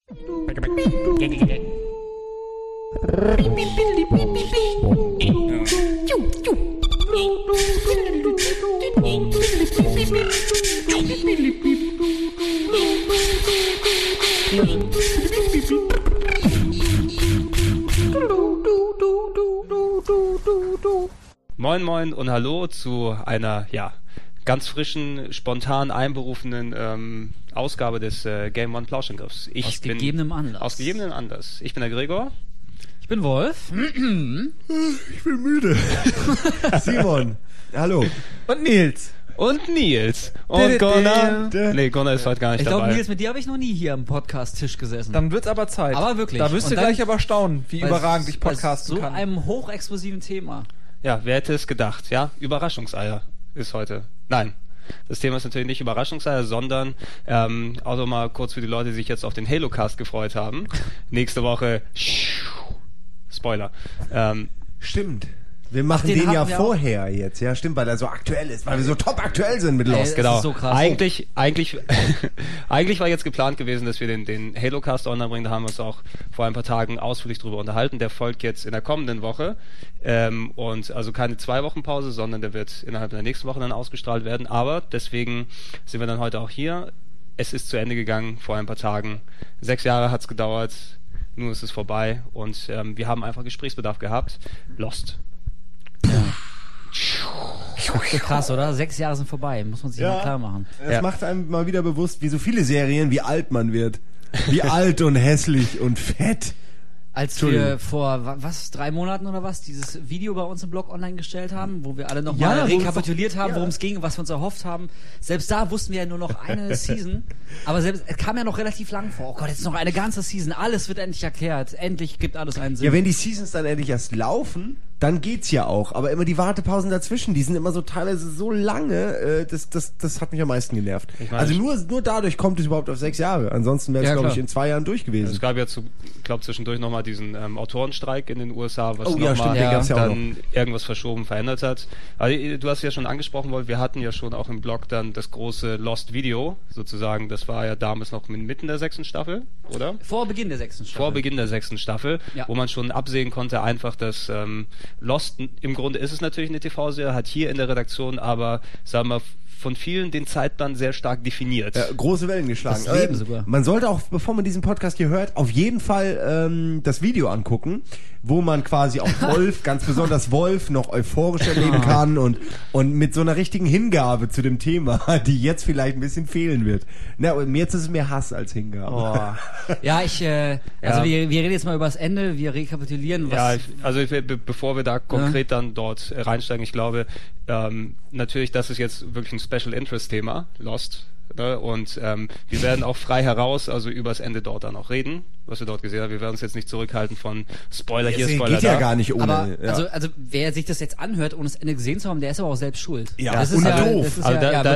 Moin moin und hallo zu einer, ganz frischen, spontan einberufenen Ausgabe des Game One Plauschangriffs. Aus gegebenem Anlass. Ich bin der Gregor. Ich bin Wolf. Ich bin müde. Simon. Hallo. Und Nils. Und Gunnar. Nee, Gunnar ist heute gar nicht dabei. Ich glaube, Nils, mit dir habe ich noch nie hier am Podcast-Tisch gesessen. Dann wird's aber Zeit. Aber wirklich. Da wirst du gleich aber staunen, wie überragend ich podcasten kann. kann. So einem hochexplosiven Thema. Ja, wer hätte es gedacht, ja? Überraschungseier ist heute. Nein. Das Thema ist natürlich nicht Überraschungseier, sondern auch noch mal kurz für die Leute, die sich jetzt auf den Halo-Cast gefreut haben. Nächste Woche Spoiler. Stimmt. Wir machen den ja vorher jetzt, ja, stimmt, weil er so aktuell ist, weil wir so top aktuell sind mit Lost. Genau. Ist so krass. Eigentlich war jetzt geplant gewesen, dass wir den Halo-Cast online bringen. Da haben wir uns auch vor ein paar Tagen ausführlich drüber unterhalten. Der folgt jetzt in der kommenden Woche. Und also keine 2 Wochen Pause, sondern der wird innerhalb der nächsten Woche dann ausgestrahlt werden. Aber deswegen sind wir dann heute auch hier. Es ist zu Ende gegangen vor ein paar Tagen. 6 Jahre hat's gedauert. Nun ist es vorbei. Und wir haben einfach Gesprächsbedarf gehabt. Lost. Krass, oder? 6 Jahre sind vorbei, muss man sich mal klar machen. Das macht einem mal wieder bewusst, wie so viele Serien, wie alt man wird. Wie alt und hässlich und fett. Als wir vor, 3 Monaten oder was, dieses Video bei uns im Blog online gestellt haben, wo wir alle nochmal rekapituliert haben, worum es ging und was wir uns erhofft haben. Selbst da wussten wir ja nur noch eine Season, aber es kam ja noch relativ lang vor. Oh Gott, jetzt noch eine ganze Season, alles wird endlich erklärt, endlich gibt alles einen Sinn. Ja, wenn die Seasons dann endlich erst laufen, dann geht's ja auch, aber immer die Wartepausen dazwischen, die sind immer so teilweise so lange, das hat mich am meisten genervt. Ich meine, also nur dadurch kommt es überhaupt auf 6 Jahre, ansonsten wäre es, glaube ich, in 2 Jahren durch gewesen. Es gab ja, zwischendurch nochmal diesen Autorenstreik in den USA, was dann irgendwas verschoben, verändert hat. Aber du hast ja schon angesprochen, Wolf, wir hatten ja schon auch im Blog dann das große Lost-Video, sozusagen, das war ja damals noch mitten der 6. Staffel, oder? Vor Beginn der 6. Staffel, wo man schon absehen konnte, einfach, dass Lost, im Grunde ist es natürlich eine TV-Serie, hat hier in der Redaktion aber, sagen wir, von vielen den Zeitplan sehr stark definiert. Große Wellen geschlagen. Das Leben sogar. Man sollte auch, bevor man diesen Podcast hier hört, auf jeden Fall das Video angucken, wo man quasi auch Wolf, ganz besonders Wolf, noch euphorisch erleben kann und mit so einer richtigen Hingabe zu dem Thema, die jetzt vielleicht ein bisschen fehlen wird. Na, und jetzt ist es mehr Hass als Hingabe. Oh. Ja, wir reden jetzt mal über das Ende, wir rekapitulieren, was... Ja, bevor wir da konkret dann dort reinsteigen, ich glaube, natürlich, das ist jetzt wirklich ein Special Interest Thema, Lost, ne? Und wir werden auch frei heraus, also über das Ende dort dann auch reden, was wir dort gesehen haben. Wir werden uns jetzt nicht zurückhalten von Spoiler hier, Spoiler geht da. Ja gar nicht ohne. Aber, also wer sich das jetzt anhört, ohne das Ende gesehen zu haben, der ist aber auch selbst schuld. Ja, das ist ja doof. Das ist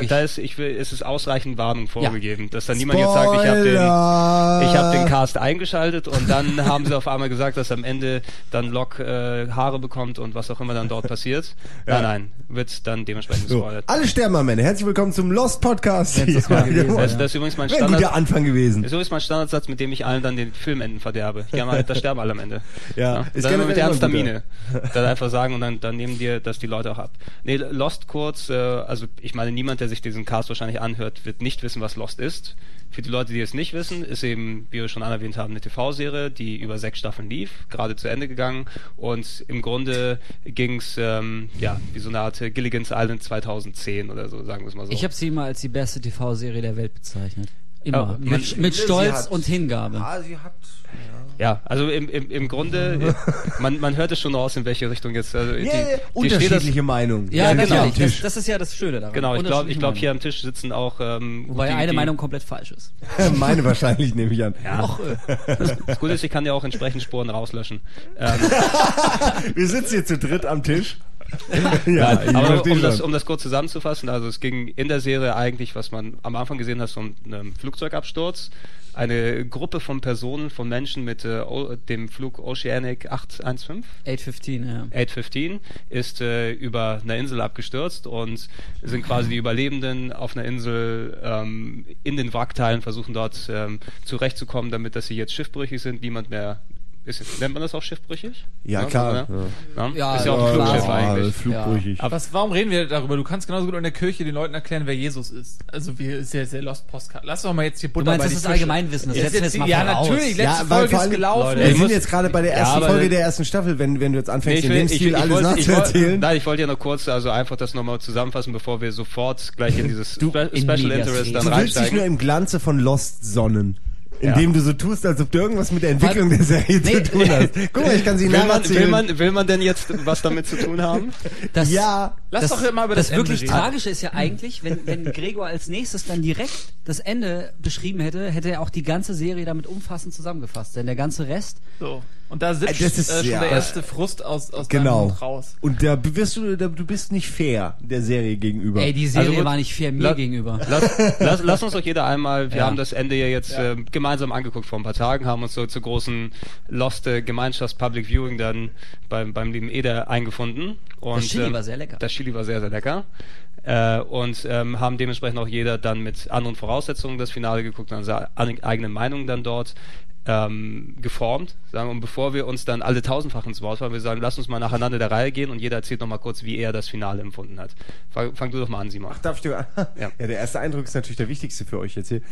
es ist ausreichend Warnung vorgegeben, dass dann niemand jetzt sagt, ich hab den Cast eingeschaltet und dann haben sie auf einmal gesagt, dass am Ende dann Locke Haare bekommt und was auch immer dann dort passiert. Nein, wird dann dementsprechend gespoilert. Alle sterben am Ende. Herzlich willkommen zum Lost Podcast. Das ist übrigens mein Standard. Ein guter Anfang gewesen. Das ist übrigens mein Standardsatz, mit dem ich allen dann den Filmenden verderbe. Da sterben alle am Ende. Ja. Ist dann mit ernster Miene. Dann einfach sagen und dann nehmen dir das die Leute auch ab. Nee, Lost kurz, also ich meine, niemand, der sich diesen Cast wahrscheinlich anhört, wird nicht wissen, was Lost ist. Für die Leute, die es nicht wissen, ist eben, wie wir schon erwähnt haben, eine TV-Serie, die über 6 Staffeln lief, gerade zu Ende gegangen und im Grunde ging's wie so eine Art Gilligan's Island 2010 oder so, sagen wir es mal so. Ich habe sie immer als die beste TV-Serie der Welt bezeichnet. Immer. Mit Stolz und Hingabe. Sie hat... Ja, also im Grunde, man hört es schon raus, in welche Richtung jetzt. Also unterschiedliche Meinungen. Ja, natürlich. Das ist ja das Schöne daran. Genau, ich glaube, hier am Tisch sitzen auch. Wobei eine Meinung komplett falsch ist. Meine wahrscheinlich, nehme ich an. Ja. Das Gute ist, ich kann ja auch entsprechend Spuren rauslöschen. Wir sitzen hier zu dritt am Tisch. Ja, aber um das kurz zusammenzufassen, also es ging in der Serie eigentlich, was man am Anfang gesehen hat, um einen Flugzeugabsturz. eine Gruppe von Personen, von Menschen mit dem Flug Oceanic 815. 815, ja. 815 ist über eine Insel abgestürzt und sind quasi die Überlebenden auf einer Insel in den Wrackteilen, versuchen dort zurechtzukommen, damit dass sie jetzt schiffbrüchig sind, niemand mehr... nennt man das auch schiffbrüchig? Ja, klar. Ja, ist ja auch ein Flugschiff eigentlich. Flugbrüchig. Aber warum reden wir darüber? Du kannst genauso gut in der Kirche den Leuten erklären, wer Jesus ist. Also wie ist ja sehr Lost Postcard. Lass doch mal jetzt hier Butter bei die Fische. Das ist Allgemeinwissen. Das setzen wir jetzt mal voraus. Natürlich. Letzte Folge ist gelaufen. Leute, wir sind jetzt gerade bei der ersten Folge der ersten Staffel, wenn du jetzt anfängst, in dem Stil alles nachzuerzählen. Nein, ich wollte ja noch kurz, also einfach das nochmal zusammenfassen, bevor wir sofort gleich in dieses Special Interest dann reinsteigen. Du willst dich nur im Glanze von Lost sonnen. Indem du so tust, als ob du irgendwas mit der Entwicklung der Serie zu tun hast. Guck mal, ich kann sie nacherzählen. Will man denn jetzt was damit zu tun haben? Lass doch mal über das wirklich reden. Tragische ist ja eigentlich, wenn Gregor als nächstes dann direkt das Ende beschrieben hätte, hätte er auch die ganze Serie damit umfassend zusammengefasst. Denn der ganze Rest... So. Und da sitzt schon der erste Frust aus deinem Mund raus. Und du bist nicht fair der Serie gegenüber. Ey, die Serie war nicht fair mir gegenüber. Lass uns doch jeder einmal, wir haben das Ende ja jetzt gemeinsam angeguckt vor ein paar Tagen, haben uns so zur großen Lost Gemeinschafts-Public Viewing dann beim lieben Eder eingefunden. Und, das Chili war sehr lecker. Das Chili war sehr, sehr lecker. Und haben dementsprechend auch jeder dann mit anderen Voraussetzungen das Finale geguckt und seine eigene Meinung dann dort geformt, sagen, und bevor wir uns dann alle tausendfach ins Wort fallen, wir sagen, lass uns mal nacheinander der Reihe gehen und jeder erzählt noch mal kurz, wie er das Finale empfunden hat. Fang du doch mal an, Simon. Ach, darf ich dir? Ja, der erste Eindruck ist natürlich der wichtigste für euch jetzt hier.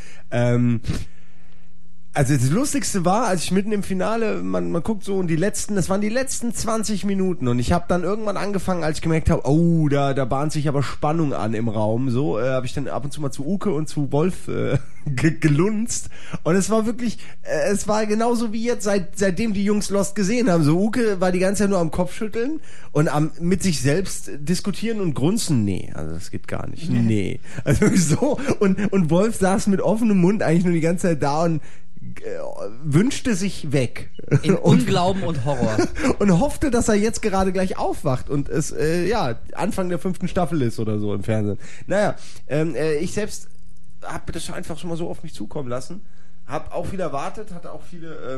Also das Lustigste war, als ich mitten im Finale, man guckt so und das waren die letzten 20 Minuten und ich habe dann irgendwann angefangen, als ich gemerkt habe, oh, da bahnt sich aber Spannung an im Raum, so, habe ich dann ab und zu mal zu Uke und zu Wolf gelunzt und es war wirklich, es war genauso wie jetzt, seitdem die Jungs Lost gesehen haben, so Uke war die ganze Zeit nur am Kopfschütteln und mit sich selbst diskutieren und grunzen, nee, also das geht gar nicht, nee, also so, und Wolf saß mit offenem Mund eigentlich nur die ganze Zeit da und wünschte sich weg. In Unglauben und Horror. Und hoffte, dass er jetzt gerade gleich aufwacht und es, Anfang der 5. Staffel ist oder so im Fernsehen. Naja, ich selbst habe das einfach schon mal so auf mich zukommen lassen. Hab auch viel erwartet, hatte auch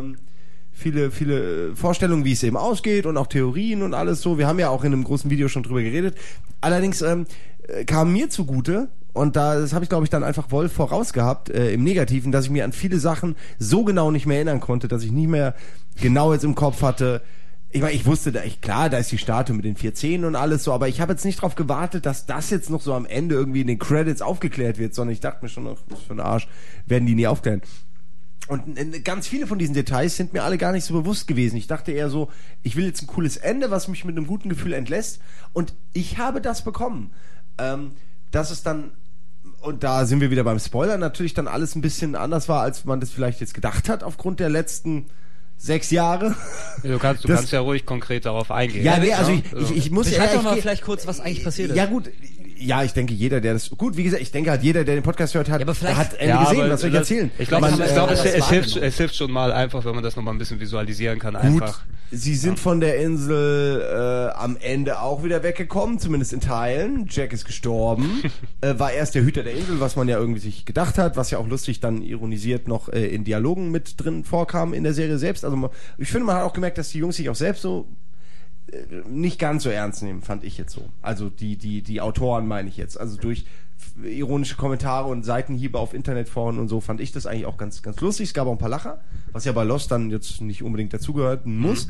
viele Vorstellungen, wie es eben ausgeht und auch Theorien und alles so. Wir haben ja auch in einem großen Video schon drüber geredet. Allerdings kam mir zugute, und das habe ich, glaube ich, dann einfach Wolf vorausgehabt, im Negativen, dass ich mir an viele Sachen so genau nicht mehr erinnern konnte, dass ich nicht mehr genau jetzt im Kopf hatte. Ich meine, ich wusste, klar, da ist die Statue mit den 4 Zähnen und alles so, aber ich habe jetzt nicht drauf gewartet, dass das jetzt noch so am Ende irgendwie in den Credits aufgeklärt wird, sondern ich dachte mir schon, was für ein Arsch, werden die nie aufklären. Und ganz viele von diesen Details sind mir alle gar nicht so bewusst gewesen. Ich dachte eher so, ich will jetzt ein cooles Ende, was mich mit einem guten Gefühl entlässt. Und ich habe das bekommen. Dass es dann, und da sind wir wieder beim Spoiler, natürlich dann alles ein bisschen anders war, als man das vielleicht jetzt gedacht hat, aufgrund der letzten 6 Jahre. Du kannst ja ruhig konkret darauf eingehen. Ja, nee, also ich muss ja... Beschreib doch mal vielleicht kurz, was eigentlich passiert ist. Ja, gut. Ja, ich denke, jeder, der das... Gut, wie gesagt, ich denke halt, jeder, der den Podcast hört, hat Ende gesehen. Was soll ich erzählen? Ich glaube, es hilft schon mal einfach, wenn man das nochmal ein bisschen visualisieren kann. Gut, einfach. Sie sind von der Insel am Ende auch wieder weggekommen, zumindest in Teilen. Jack ist gestorben. War erst der Hüter der Insel, was man ja irgendwie sich gedacht hat, was ja auch lustig dann ironisiert noch in Dialogen mit drin vorkam in der Serie selbst. Also ich finde, man hat auch gemerkt, dass die Jungs sich auch selbst so nicht ganz so ernst nehmen, fand ich jetzt so. Also die Autoren meine ich jetzt. Also durch ironische Kommentare und Seitenhiebe auf Internetforen und so fand ich das eigentlich auch ganz, ganz lustig. Es gab auch ein paar Lacher, was ja bei Lost dann jetzt nicht unbedingt dazugehört muss.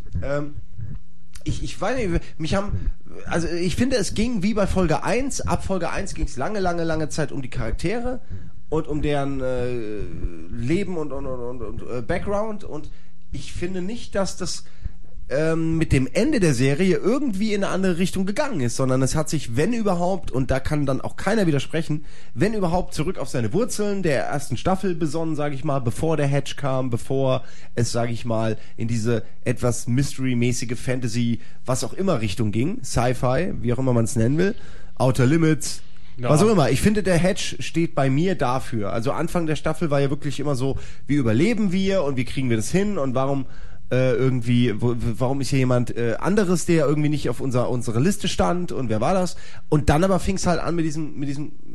Ich weiß nicht, ich finde, es ging wie bei Folge 1. Ab Folge 1 ging es lange Zeit um die Charaktere und um deren Leben und Background, und ich finde nicht, dass das mit dem Ende der Serie irgendwie in eine andere Richtung gegangen ist, sondern es hat sich, wenn überhaupt, und da kann dann auch keiner widersprechen, wenn überhaupt zurück auf seine Wurzeln der ersten Staffel besonnen, sage ich mal, bevor der Hedge kam, bevor es, sage ich mal, in diese etwas Mystery-mäßige Fantasy, was auch immer Richtung ging, Sci-Fi, wie auch immer man es nennen will, Outer Limits, was auch immer. Ich finde, der Hedge steht bei mir dafür. Also Anfang der Staffel war ja wirklich immer so, wie überleben wir und wie kriegen wir das hin und warum ist hier jemand anderes, der irgendwie nicht auf unsere Liste stand, und wer war das? Und dann aber fing es halt an mit diesem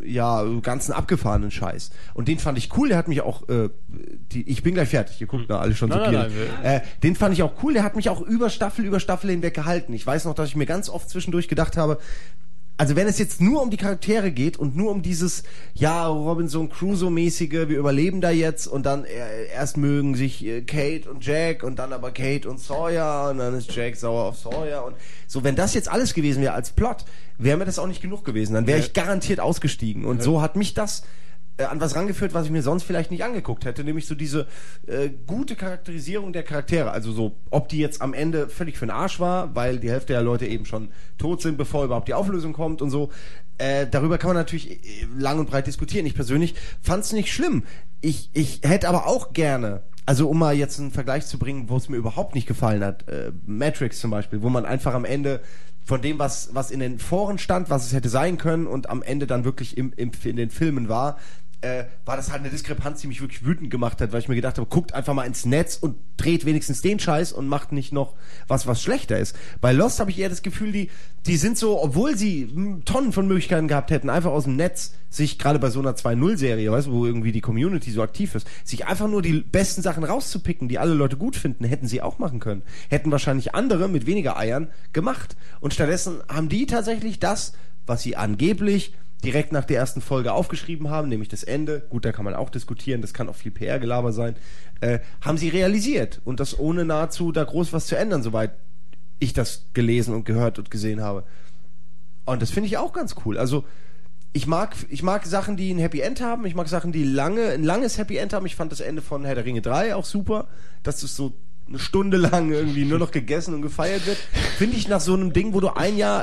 ganzen abgefahrenen Scheiß. Und den fand ich cool, der hat mich auch, ich bin gleich fertig, ihr guckt da alle schon so gierig. Den fand ich auch cool, der hat mich auch über Staffel hinweg gehalten. Ich weiß noch, dass ich mir ganz oft zwischendurch gedacht habe, also wenn es jetzt nur um die Charaktere geht und nur um dieses, Robinson Crusoe-mäßige, wir überleben da jetzt und dann erst mögen sich Kate und Jack und dann aber Kate und Sawyer und dann ist Jack sauer auf Sawyer und so, wenn das jetzt alles gewesen wäre als Plot, wäre mir das auch nicht genug gewesen. Dann wäre ich garantiert ausgestiegen. Und so hat mich das an was rangeführt, was ich mir sonst vielleicht nicht angeguckt hätte, nämlich so diese gute Charakterisierung der Charaktere. Also so, ob die jetzt am Ende völlig für den Arsch war, weil die Hälfte der Leute eben schon tot sind, bevor überhaupt die Auflösung kommt und so. Darüber kann man natürlich lang und breit diskutieren. Ich persönlich fand es nicht schlimm. Ich hätte aber auch gerne, also um mal jetzt einen Vergleich zu bringen, wo es mir überhaupt nicht gefallen hat, Matrix zum Beispiel, wo man einfach am Ende von dem, was in den Foren stand, was es hätte sein können und am Ende dann wirklich in den Filmen war das halt eine Diskrepanz, die mich wirklich wütend gemacht hat, weil ich mir gedacht habe, guckt einfach mal ins Netz und dreht wenigstens den Scheiß und macht nicht noch was schlechter ist. Bei Lost habe ich eher das Gefühl, die sind so, obwohl sie Tonnen von Möglichkeiten gehabt hätten, einfach aus dem Netz sich, gerade bei so einer 2.0-Serie, weißt du, wo irgendwie die Community so aktiv ist, sich einfach nur die besten Sachen rauszupicken, die alle Leute gut finden, hätten sie auch machen können. Hätten wahrscheinlich andere mit weniger Eiern gemacht. Und stattdessen haben die tatsächlich das, was sie angeblich direkt nach der ersten Folge aufgeschrieben haben, nämlich das Ende, gut, da kann man auch diskutieren, das kann auch viel PR-Gelaber sein, haben sie realisiert und das ohne nahezu da groß was zu ändern, soweit ich das gelesen und gehört und gesehen habe. Und das finde ich auch ganz cool. Also ich mag Sachen, die ein Happy End haben, ich mag Sachen, die ein langes Happy End haben. Ich fand das Ende von Herr der Ringe 3 auch super, dass es so eine Stunde lang irgendwie nur noch gegessen und gefeiert wird, finde ich nach so einem Ding, wo du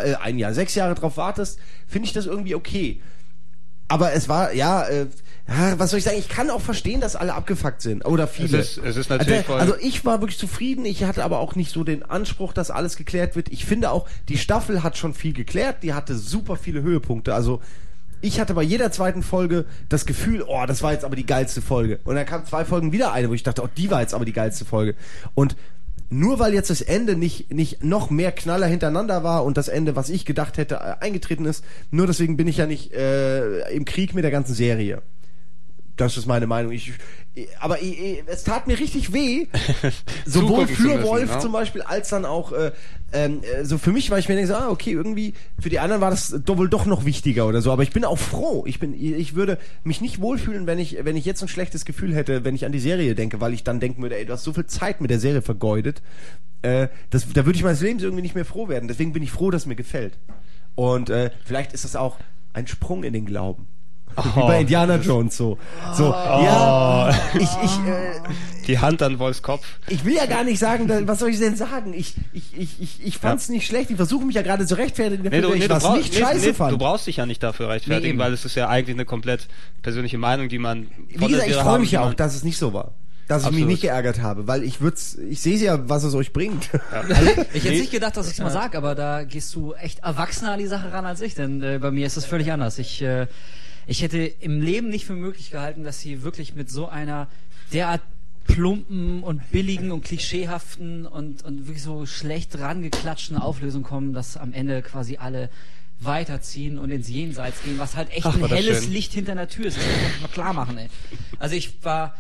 6 Jahre drauf wartest, finde ich das irgendwie okay. Aber es war, was soll ich sagen, ich kann auch verstehen, dass alle abgefuckt sind. Oder viele. Es ist natürlich also ich war wirklich zufrieden, ich hatte aber auch nicht so den Anspruch, dass alles geklärt wird. Ich finde auch, die Staffel hat schon viel geklärt, die hatte super viele Höhepunkte, also ich hatte bei jeder zweiten Folge das Gefühl, das war jetzt aber die geilste Folge. Und dann kamen 2 Folgen wieder eine, wo ich dachte, die war jetzt aber die geilste Folge. Und nur weil jetzt das Ende nicht noch mehr Knaller hintereinander war und das Ende, was ich gedacht hätte, eingetreten ist, nur deswegen bin ich ja nicht im Krieg mit der ganzen Serie. Das ist meine Meinung. Aber es tat mir richtig weh, sowohl für Wolf zum Beispiel, als dann auch so für mich, weil ich mir denke, okay, irgendwie für die anderen war das wohl doch noch wichtiger oder so. Aber ich bin auch froh. Ich würde mich nicht wohlfühlen, wenn ich jetzt ein schlechtes Gefühl hätte, wenn ich an die Serie denke, weil ich dann denken würde, du hast so viel Zeit mit der Serie vergeudet. Da würde ich meines Lebens irgendwie nicht mehr froh werden. Deswegen bin ich froh, dass es mir gefällt. Und vielleicht ist das auch ein Sprung in den Glauben. Wie bei Indiana Jones so. Die Hand an Wolfs Kopf. Ich will ja gar nicht sagen, was soll ich denn sagen? Ich fand's nicht schlecht. Ich versuche mich ja gerade zu rechtfertigen, fand. Du brauchst dich ja nicht dafür rechtfertigen, weil es ist ja eigentlich eine komplett persönliche Meinung, die man Wie gesagt, ich freue mich ja auch, dass es nicht so war. Dass ich mich nicht geärgert habe, weil ich sehe ja, was es euch bringt. Ja. Also, ich hätte nicht gedacht, dass ich es mal sage, aber da gehst du echt erwachsener an die Sache ran als ich, denn bei mir ist es völlig anders. Ich hätte im Leben nicht für möglich gehalten, dass sie wirklich mit so einer derart plumpen und billigen und klischeehaften und wirklich so schlecht rangeklatschten Auflösung kommen, dass am Ende quasi alle weiterziehen und ins Jenseits gehen, was halt echt ein helles Licht hinter der Tür ist. Das muss man mal klar machen, ey. Also ich war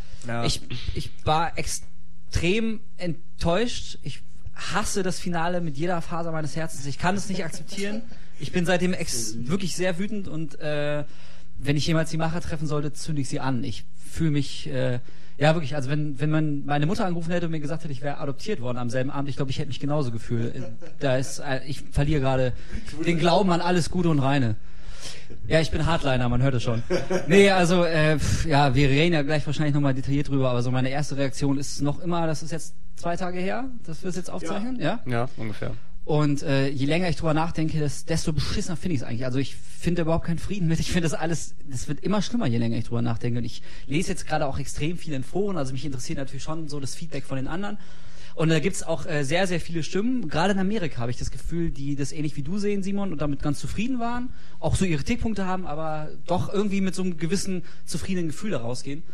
extrem enttäuscht. Ich hasse das Finale mit jeder Faser meines Herzens. Ich kann es nicht akzeptieren. Ich bin seitdem wirklich sehr wütend und wenn ich jemals die Macher treffen sollte, zünde ich sie an. Ich fühle mich, wirklich, also wenn man meine Mutter angerufen hätte und mir gesagt hätte, ich wäre adoptiert worden am selben Abend, ich glaube, ich hätte mich genauso gefühlt. Ich verliere gerade den Glauben an alles Gute und Reine. Ja, ich bin Hardliner, man hört es schon. Nee, also, wir reden ja gleich wahrscheinlich nochmal detailliert drüber, aber so meine erste Reaktion ist noch immer, das ist jetzt 2 Tage her, dass wir es jetzt aufzeichnen, ja? Ja, ungefähr. Und je länger ich drüber nachdenke, desto beschissener finde ich es eigentlich. Also ich finde überhaupt keinen Frieden mit. Ich finde das wird immer schlimmer, je länger ich drüber nachdenke. Und ich lese jetzt gerade auch extrem viel in Foren, also mich interessiert natürlich schon so das Feedback von den anderen. Und da gibt's auch sehr, sehr viele Stimmen. Gerade in Amerika habe ich das Gefühl, die das ähnlich wie du sehen, Simon, und damit ganz zufrieden waren, auch so ihre Tickpunkte haben, aber doch irgendwie mit so einem gewissen zufriedenen Gefühl da rausgehen.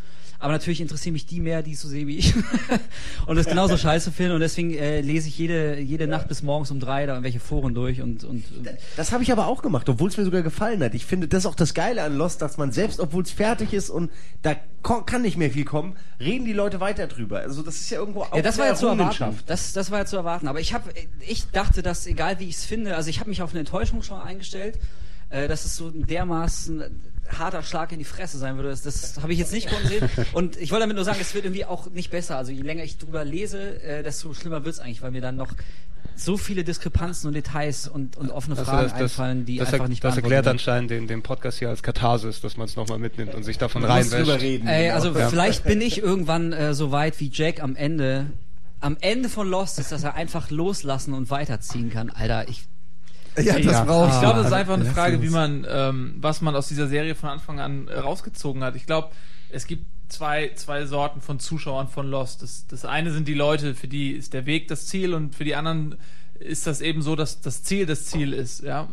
aber natürlich interessieren mich die mehr, die es so sehen wie ich und das genauso scheiße finden und deswegen lese ich jede Nacht bis morgens um 3 da irgendwelche Foren durch und das habe ich aber auch gemacht, obwohl es mir sogar gefallen hat. Ich finde, das ist auch das Geile an Lost, dass man selbst, obwohl es fertig ist und da kann nicht mehr viel kommen, reden die Leute weiter drüber. Also das ist ja irgendwo auch das war ja zu erwarten. Das war ja zu erwarten. Aber ich dachte, dass egal wie ich es finde, also ich habe mich auf eine Enttäuschung schon eingestellt, dass es so dermaßen harter Schlag in die Fresse sein würde. Das habe ich jetzt nicht kommen sehen. Und ich wollte damit nur sagen, es wird irgendwie auch nicht besser. Also je länger ich drüber lese, desto schlimmer wird es eigentlich, weil mir dann noch so viele Diskrepanzen und Details und offene Fragen einfallen, die einfach nicht beantwortet werden. Das erklärt anscheinend den Podcast hier als Katharsis, dass man es nochmal mitnimmt und sich davon reinwäscht. Vielleicht bin ich irgendwann so weit wie Jack am Ende von Lost ist, dass er einfach loslassen und weiterziehen kann. Alter, ich glaube, das ist einfach eine Frage, wie man, was man aus dieser Serie von Anfang an rausgezogen hat. Ich glaube, es gibt zwei Sorten von Zuschauern von Lost. Das eine sind die Leute, für die ist der Weg das Ziel und für die anderen ist das eben so, dass das Ziel ist. Ja?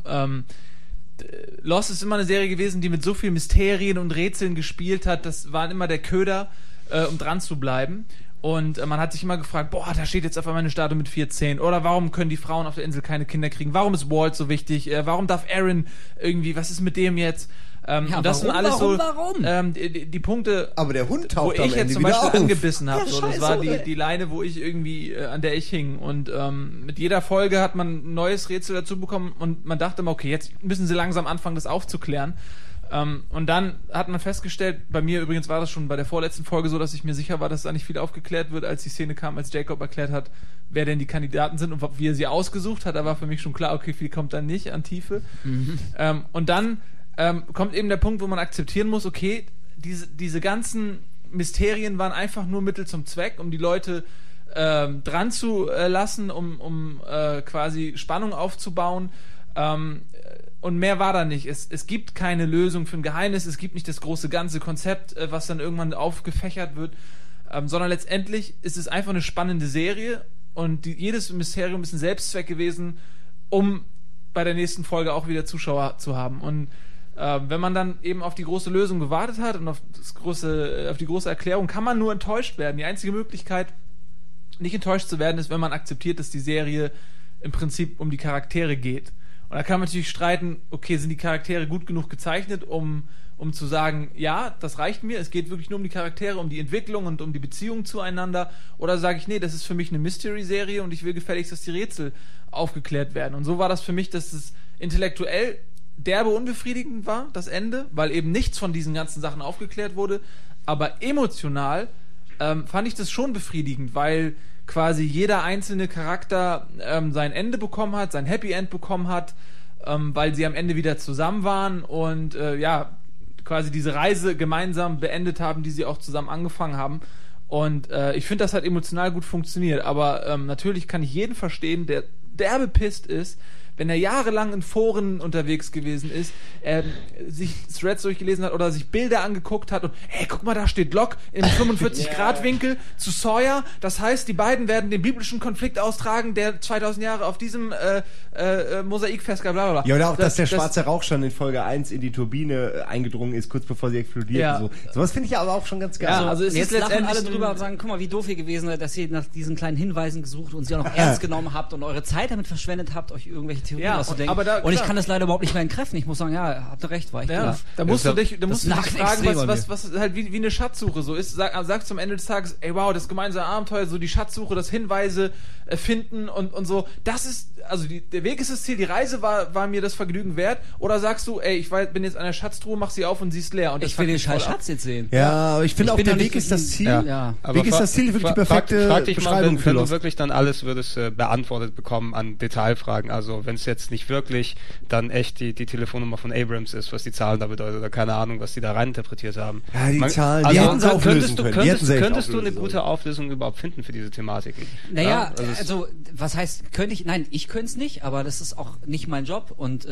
Lost ist immer eine Serie gewesen, die mit so viel Mysterien und Rätseln gespielt hat. Das war immer der Köder, um dran zu bleiben. Und man hat sich immer gefragt, boah, da steht jetzt auf einmal eine Statue mit 4 Zähnen. Oder warum können die Frauen auf der Insel keine Kinder kriegen? Warum ist Walt so wichtig? Warum darf Aaron irgendwie, was ist mit dem jetzt? Und das sind alles die Punkte, aber der Hund taucht wo ich jetzt zum Beispiel angebissen habe. Ja, das war die Leine, wo ich irgendwie, an der ich hing. Und mit jeder Folge hat man ein neues Rätsel dazu bekommen und man dachte immer, okay, jetzt müssen sie langsam anfangen, das aufzuklären. Und dann hat man festgestellt, bei mir übrigens war das schon bei der vorletzten Folge so, dass ich mir sicher war, dass da nicht viel aufgeklärt wird, als die Szene kam, als Jacob erklärt hat, wer denn die Kandidaten sind und wie er sie ausgesucht hat. Da war für mich schon klar, okay, viel kommt da nicht an Tiefe. Und dann kommt eben der Punkt, wo man akzeptieren muss, okay, diese ganzen Mysterien waren einfach nur Mittel zum Zweck, um die Leute dran zu lassen, um quasi Spannung aufzubauen. Und mehr war da nicht. Es gibt keine Lösung für ein Geheimnis, es gibt nicht das große ganze Konzept, was dann irgendwann aufgefächert wird, sondern letztendlich ist es einfach eine spannende Serie und jedes Mysterium ist ein Selbstzweck gewesen, um bei der nächsten Folge auch wieder Zuschauer zu haben. Und wenn man dann eben auf die große Lösung gewartet hat und auf die große Erklärung, kann man nur enttäuscht werden. Die einzige Möglichkeit, nicht enttäuscht zu werden, ist, wenn man akzeptiert, dass die Serie im Prinzip um die Charaktere geht. Und da kann man natürlich streiten, okay, sind die Charaktere gut genug gezeichnet, um zu sagen, ja, das reicht mir, es geht wirklich nur um die Charaktere, um die Entwicklung und um die Beziehungen zueinander, oder sage ich, nee, das ist für mich eine Mystery-Serie und ich will gefälligst, dass die Rätsel aufgeklärt werden. Und so war das für mich, dass es intellektuell derbe unbefriedigend war, das Ende, weil eben nichts von diesen ganzen Sachen aufgeklärt wurde, aber emotional fand ich das schon befriedigend, weil quasi jeder einzelne Charakter sein Ende bekommen hat, sein Happy End bekommen hat, weil sie am Ende wieder zusammen waren und quasi diese Reise gemeinsam beendet haben, die sie auch zusammen angefangen haben. Und ich finde, das hat emotional gut funktioniert, aber natürlich kann ich jeden verstehen, der derbe pisst ist, wenn er jahrelang in Foren unterwegs gewesen ist, sich Threads durchgelesen hat oder sich Bilder angeguckt hat und hey, guck mal, da steht Locke im 45-Grad-Winkel zu Sawyer. Das heißt, die beiden werden den biblischen Konflikt austragen, der 2000 Jahre auf diesem Mosaik festgehalten, bla bla bla. Ja, oder auch, dass der schwarze Rauch schon in Folge 1 in die Turbine eingedrungen ist, kurz bevor sie explodiert. Ja. Und so. Sowas finde ich ja aber auch schon ganz geil. Ja, also es jetzt lachen alle drüber und sagen, guck mal, wie doof ihr gewesen seid, dass ihr nach diesen kleinen Hinweisen gesucht und sie auch noch ernst genommen habt und eure Zeit damit verschwendet habt, euch irgendwelche Theorien auszudenken. Und ich kann das leider überhaupt nicht mehr entkräften. Ich muss sagen, ja, habt ihr recht, war ich klar. Da musst du dich fragen, was halt wie eine Schatzsuche so ist. Sag zum Ende des Tages, ey wow, das gemeinsame Abenteuer, so die Schatzsuche, das Hinweise finden und so. Das ist, also der Weg ist das Ziel, die Reise war mir das Vergnügen wert. Oder sagst du, ey, bin jetzt an der Schatztruhe, mach sie auf und sie ist leer. Und ich will den scheiß Schatz jetzt sehen. Ja, aber ich finde auch, der Weg ist das Ziel. Ja. Weg ist das Ziel, wirklich die perfekte frag dich Beschreibung mal, wenn du wirklich dann alles würdest beantwortet bekommen an Detailfragen. Also wenn es jetzt nicht wirklich dann echt die Telefonnummer von Abrams ist, was die Zahlen da bedeuten oder keine Ahnung, was die da reininterpretiert haben. Ja, die Zahlen, die hätten sie auflösen können. Könntest du eine gute Auflösung überhaupt finden für diese Thematiken? Naja, also was heißt, könnte ich? Nein, ich könnte es nicht, aber das ist auch nicht mein Job und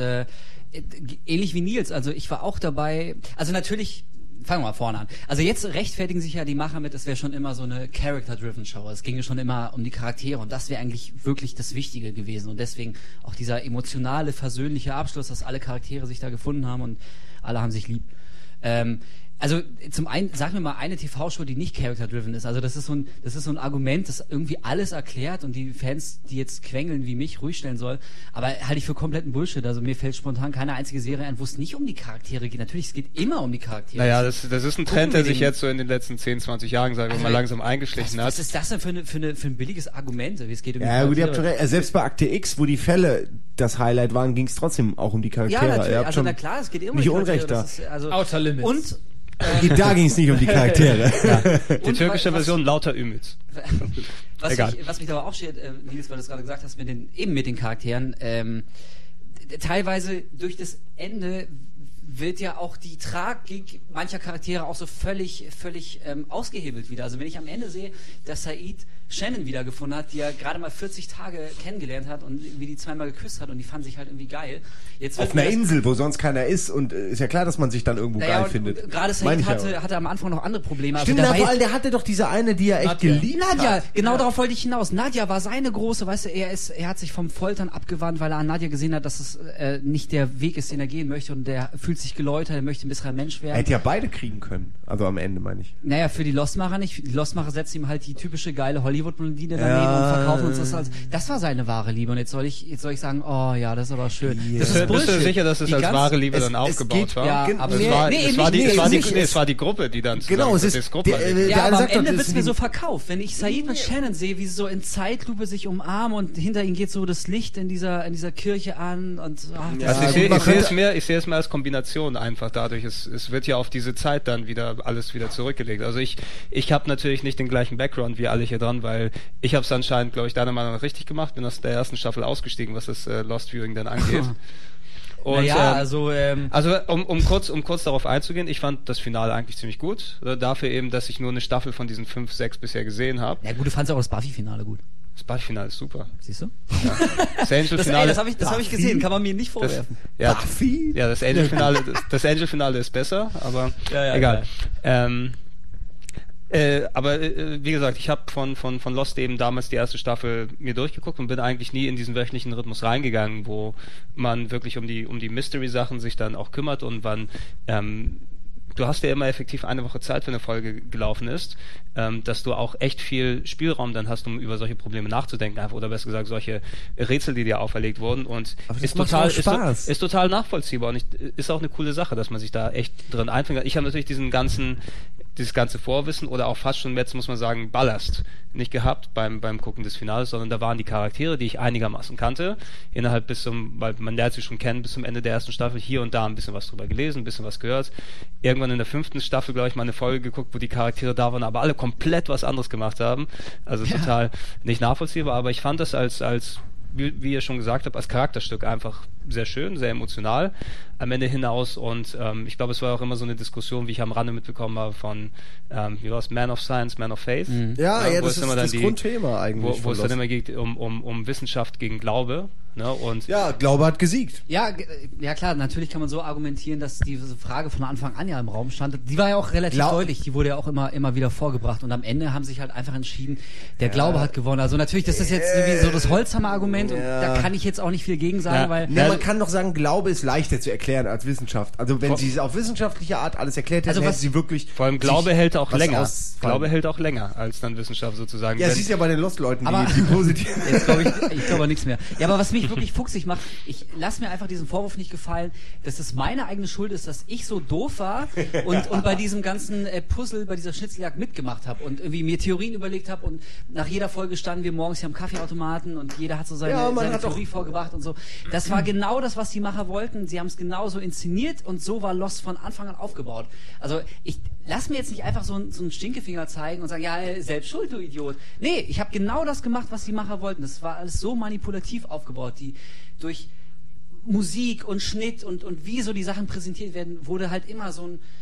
ähnlich wie Nils, also ich war auch dabei, also natürlich, fangen wir mal vorne an. Also jetzt rechtfertigen sich ja die Macher mit, es wäre schon immer so eine Character-driven Show. Es ginge schon immer um die Charaktere und das wäre eigentlich wirklich das Wichtige gewesen und deswegen auch dieser emotionale, versöhnliche Abschluss, dass alle Charaktere sich da gefunden haben und alle haben sich lieb. Also zum einen, sag mir mal eine TV-Show, die nicht character-driven ist. Also das ist so ein Argument, das irgendwie alles erklärt und die Fans, die jetzt quengeln wie mich, ruhig stellen soll. Aber halte ich für kompletten Bullshit. Also mir fällt spontan keine einzige Serie ein, wo es nicht um die Charaktere geht. Natürlich, es geht immer um die Charaktere. Naja, das ist ein Trend, der sich jetzt so in den letzten 10, 20 Jahren, sagen wir mal, langsam eingeschlichen hat. Was ist das denn für ein billiges Argument? Wie es geht um die Ja, gut, ihr habt Charaktere? schon recht. Selbst bei Akte X, wo die Fälle das Highlight waren, ging es trotzdem auch um die Charaktere. Ja, natürlich. Ihr habt Also schon na klar, es geht immer um nicht die Charaktere. Unrecht da. Das ist, also, Outer Limits. Und Da ging es nicht um die Charaktere. Die türkische Version lauter Ümit. Was mich aber auch steht, Nils, weil du es gerade gesagt hast, mit den Charakteren, teilweise durch das Ende wird ja auch die Tragik mancher Charaktere auch so völlig ausgehebelt wieder. Also wenn ich am Ende sehe, dass Said Shannon wiedergefunden hat, die er gerade mal 40 Tage kennengelernt hat und wie die zweimal geküsst hat und die fanden sich halt irgendwie geil. Jetzt Auf einer Insel, wo sonst keiner ist und ist ja klar, dass man sich dann irgendwo geil findet. Gerade Said hatte am Anfang noch andere Probleme. Stimmt, also vor allem, der hatte doch diese eine, die er echt geliebt hat. Nadja, genau darauf wollte ich hinaus. Nadja war seine große, weißt du, er hat sich vom Foltern abgewandt, weil er an Nadja gesehen hat, dass es nicht der Weg ist, den er gehen möchte und der fühlt sich geläutert, er möchte ein besserer Mensch werden. Er hätte ja beide kriegen können. Also am Ende, meine ich. Naja, für die Lostmacher nicht. Die Lostmacher setzen ihm halt die typische geile Hollywood-Blondine daneben und verkaufen uns das als, das war seine wahre Liebe und jetzt soll ich sagen, oh ja, das ist aber schön. Yeah. Das ist Bist du sicher, dass es als wahre Liebe dann aufgebaut war? Ja, aber es war die Gruppe, die dann genau, es ist ja, aber am Ende wird es mir so verkauft. Wenn ich Said und Shannon sehe, wie sie so in Zeitlupe sich umarmen und hinter ihnen geht so das Licht in dieser Kirche an und ich sehe es mehr als Kombination einfach dadurch. Es wird ja auf diese Zeit dann alles wieder zurückgelegt. Also ich habe natürlich nicht den gleichen Background wie alle hier dran, weil ich habe es anscheinend, glaube ich, deiner Meinung nach richtig gemacht, bin aus der ersten Staffel ausgestiegen, was das Lost Viewing dann angeht. Und, also um kurz darauf einzugehen, ich fand das Finale eigentlich ziemlich gut. Dafür eben, dass ich nur eine Staffel von diesen 5, 6 bisher gesehen habe. Ja gut, du fandst auch das Buffy-Finale gut. Das Buffy-Finale ist super. Siehst du? Ja. Das Angel-Finale... Das hab ich gesehen, kann man mir nicht vorwerfen. Buffy? Ja, das Angel-Finale ist besser, aber egal. Aber wie gesagt, ich habe von Lost eben damals die erste Staffel mir durchgeguckt und bin eigentlich nie in diesen wöchentlichen Rhythmus reingegangen, wo man wirklich um die Mystery-Sachen sich dann auch kümmert und wann du hast ja immer effektiv eine Woche Zeit, wenn eine Folge gelaufen ist, dass du auch echt viel Spielraum dann hast, um über solche Probleme nachzudenken, einfach, oder besser gesagt solche Rätsel, die dir auferlegt wurden, und ist total nachvollziehbar und ist auch eine coole Sache, dass man sich da echt drin einfängt. Ich habe natürlich dieses ganze Vorwissen oder auch fast schon jetzt, muss man sagen, Ballast nicht gehabt beim Gucken des Finales, sondern da waren die Charaktere, die ich einigermaßen kannte, weil man lernt sie schon kennen, bis zum Ende der ersten Staffel, hier und da ein bisschen was drüber gelesen, ein bisschen was gehört. Irgendwann in der 5. Staffel, glaube ich, mal eine Folge geguckt, wo die Charaktere da waren, aber alle komplett was anderes gemacht haben. Also total nicht nachvollziehbar, aber ich fand das als wie ihr schon gesagt habt, als Charakterstück einfach sehr schön, sehr emotional am Ende hinaus, und ich glaube, es war auch immer so eine Diskussion, wie ich am Rande mitbekommen habe, von wie war es, Man of Science, Man of Faith. Mhm. Ja, das ist das Grundthema eigentlich. Wo es dann immer geht um Wissenschaft gegen Glaube. Ne? Und ja, Glaube hat gesiegt. Ja, klar, natürlich kann man so argumentieren, dass diese Frage von Anfang an ja im Raum stand. Die war ja auch relativ deutlich, die wurde ja auch immer wieder vorgebracht, und am Ende haben sich halt einfach entschieden, der Glaube hat gewonnen. Also natürlich, das ist jetzt irgendwie so das Holzhammer-Argument, und da kann ich jetzt auch nicht viel gegen sagen, weil... Ja, man kann doch sagen, Glaube ist leichter zu erklären als Wissenschaft. Also wenn sie es auf wissenschaftliche Art alles erklärt hätten, hätten sie wirklich... Vor allem Glaube hält auch länger. Glaube hält auch länger als dann Wissenschaft sozusagen. Ja, siehst ja bei den Lost-Leuten, die positiv... Jetzt ich glaube nichts mehr. Ja, aber was mich wirklich fuchsig macht, ich lasse mir einfach diesen Vorwurf nicht gefallen, dass es meine eigene Schuld ist, dass ich so doof war und bei diesem ganzen Puzzle, bei dieser Schnitzeljagd mitgemacht habe und irgendwie mir Theorien überlegt habe, und nach jeder Folge standen wir morgens hier am Kaffeeautomaten und jeder hat so seine Theorie vorgebracht und so. Das war genau das, was die Macher wollten. Sie haben es genauso inszeniert, und so war Lost von Anfang an aufgebaut. Also ich lass mir jetzt nicht einfach so einen Stinkefinger zeigen und sagen, ja, selbst schuld, du Idiot. Nee, ich habe genau das gemacht, was die Macher wollten. Das war alles so manipulativ aufgebaut, die durch Musik und Schnitt und wie so die Sachen präsentiert werden, wurde halt immer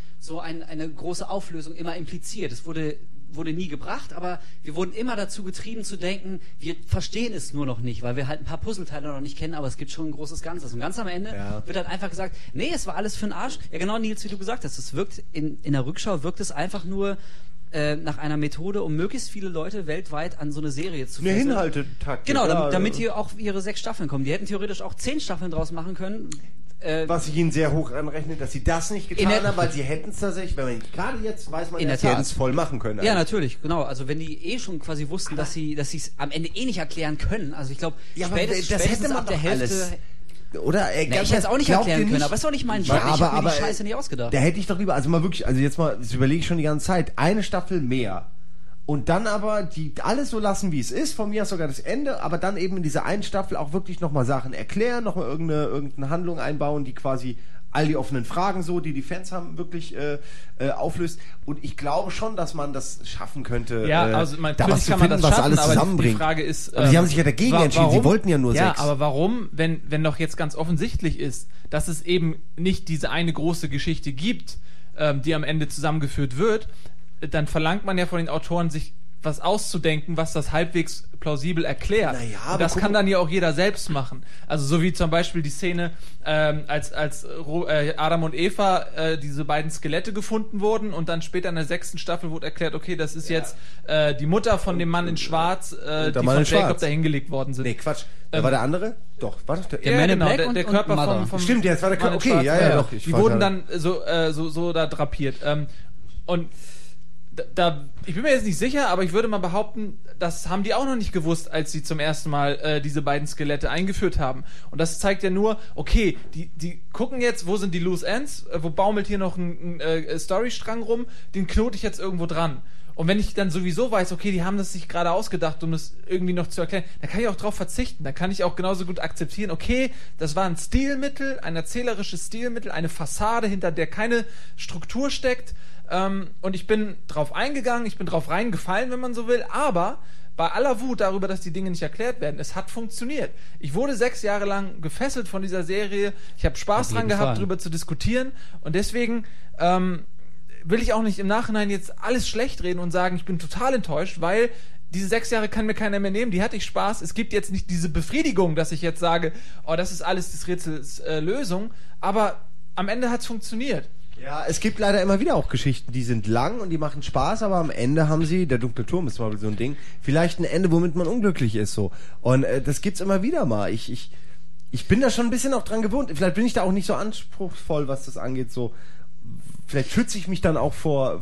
eine große Auflösung immer impliziert. Es wurde nie gebracht, aber wir wurden immer dazu getrieben zu denken, wir verstehen es nur noch nicht, weil wir halt ein paar Puzzleteile noch nicht kennen, aber es gibt schon ein großes Ganzes. Und ganz am Ende wird halt einfach gesagt, nee, es war alles für den Arsch. Ja genau, Nils, wie du gesagt hast, es wirkt in der Rückschau wirkt es einfach nur nach einer Methode, um möglichst viele Leute weltweit an so eine Serie zu fesseln. Eine Inhaltetaktik. Genau, damit hier auch ihre 6 Staffeln kommen. Die hätten theoretisch auch 10 Staffeln draus machen können. Was ich ihnen sehr hoch anrechne, dass sie das nicht getan haben, weil sie hätten es tatsächlich, gerade jetzt weiß man, dass sie hätten es voll machen können. Ja, natürlich, genau. Also wenn die schon quasi wussten, dass sie es am Ende nicht erklären können. Also ich glaube, spätestens ab der Hälfte... Oder? Ich hätte es auch nicht erklären können, aber das ist doch nicht mein Job. Ich habe mir die Scheiße nicht ausgedacht. Da hätte ich doch lieber, also mal wirklich, also jetzt mal, das überlege ich schon die ganze Zeit, eine Staffel mehr. Und dann aber die alles so lassen, wie es ist, von mir aus sogar das Ende, aber dann eben in dieser einen Staffel auch wirklich nochmal Sachen erklären, nochmal irgendeine Handlung einbauen, die quasi all die offenen Fragen so, die Fans haben, wirklich auflöst. Und ich glaube schon, dass man das schaffen könnte, ja, also da was zu finden, was alles zusammenbringt. Die Frage ist, aber sie haben sich ja dagegen entschieden, sie wollten ja nur 6. Ja, aber warum, wenn doch jetzt ganz offensichtlich ist, dass es eben nicht diese eine große Geschichte gibt, die am Ende zusammengeführt wird, dann verlangt man ja von den Autoren, sich was auszudenken, was das halbwegs plausibel erklärt. Naja, und das kann dann ja auch jeder selbst machen. Also so wie zum Beispiel die Szene, als Adam und Eva, diese beiden Skelette gefunden wurden und dann später in der 6. Staffel wurde erklärt, okay, das ist jetzt die Mutter von dem Mann in Schwarz, die von Jacob da hingelegt worden sind. Nee, Quatsch. War der andere? Doch, war das der? Der Man in Black der Körper vom Stimmt, jetzt war der Körper. Okay, ja, doch. Die wurden dann so da drapiert. Und ich bin mir jetzt nicht sicher, aber ich würde mal behaupten, das haben die auch noch nicht gewusst, als sie zum ersten Mal diese beiden Skelette eingeführt haben. Und das zeigt ja nur, okay, die gucken jetzt, wo sind die Loose Ends, wo baumelt hier noch ein Storystrang rum, den knote ich jetzt irgendwo dran. Und wenn ich dann sowieso weiß, okay, die haben das sich gerade ausgedacht, um das irgendwie noch zu erklären, dann kann ich auch drauf verzichten. Dann kann ich auch genauso gut akzeptieren, okay, das war ein Stilmittel, ein erzählerisches Stilmittel, eine Fassade, hinter der keine Struktur steckt. Und ich bin drauf eingegangen, ich bin drauf reingefallen, wenn man so will, aber bei aller Wut darüber, dass die Dinge nicht erklärt werden, es hat funktioniert. Ich wurde 6 Jahre lang gefesselt von dieser Serie, ich habe Spaß dran gehabt, darüber zu diskutieren und deswegen will ich auch nicht im Nachhinein jetzt alles schlecht reden und sagen, ich bin total enttäuscht, weil diese 6 Jahre kann mir keiner mehr nehmen, die hatte ich Spaß. Es gibt jetzt nicht diese Befriedigung, dass ich jetzt sage, oh, das ist alles des Rätsels Lösung, aber am Ende hat es funktioniert. Ja, es gibt leider immer wieder auch Geschichten, die sind lang und die machen Spaß, aber am Ende haben sie, der dunkle Turm ist zum Beispiel so ein Ding, vielleicht ein Ende, womit man unglücklich ist, so. Und das gibt's immer wieder mal. Ich bin da schon ein bisschen auch dran gewohnt. Vielleicht bin ich da auch nicht so anspruchsvoll, was das angeht, so. Vielleicht schütze ich mich dann auch vor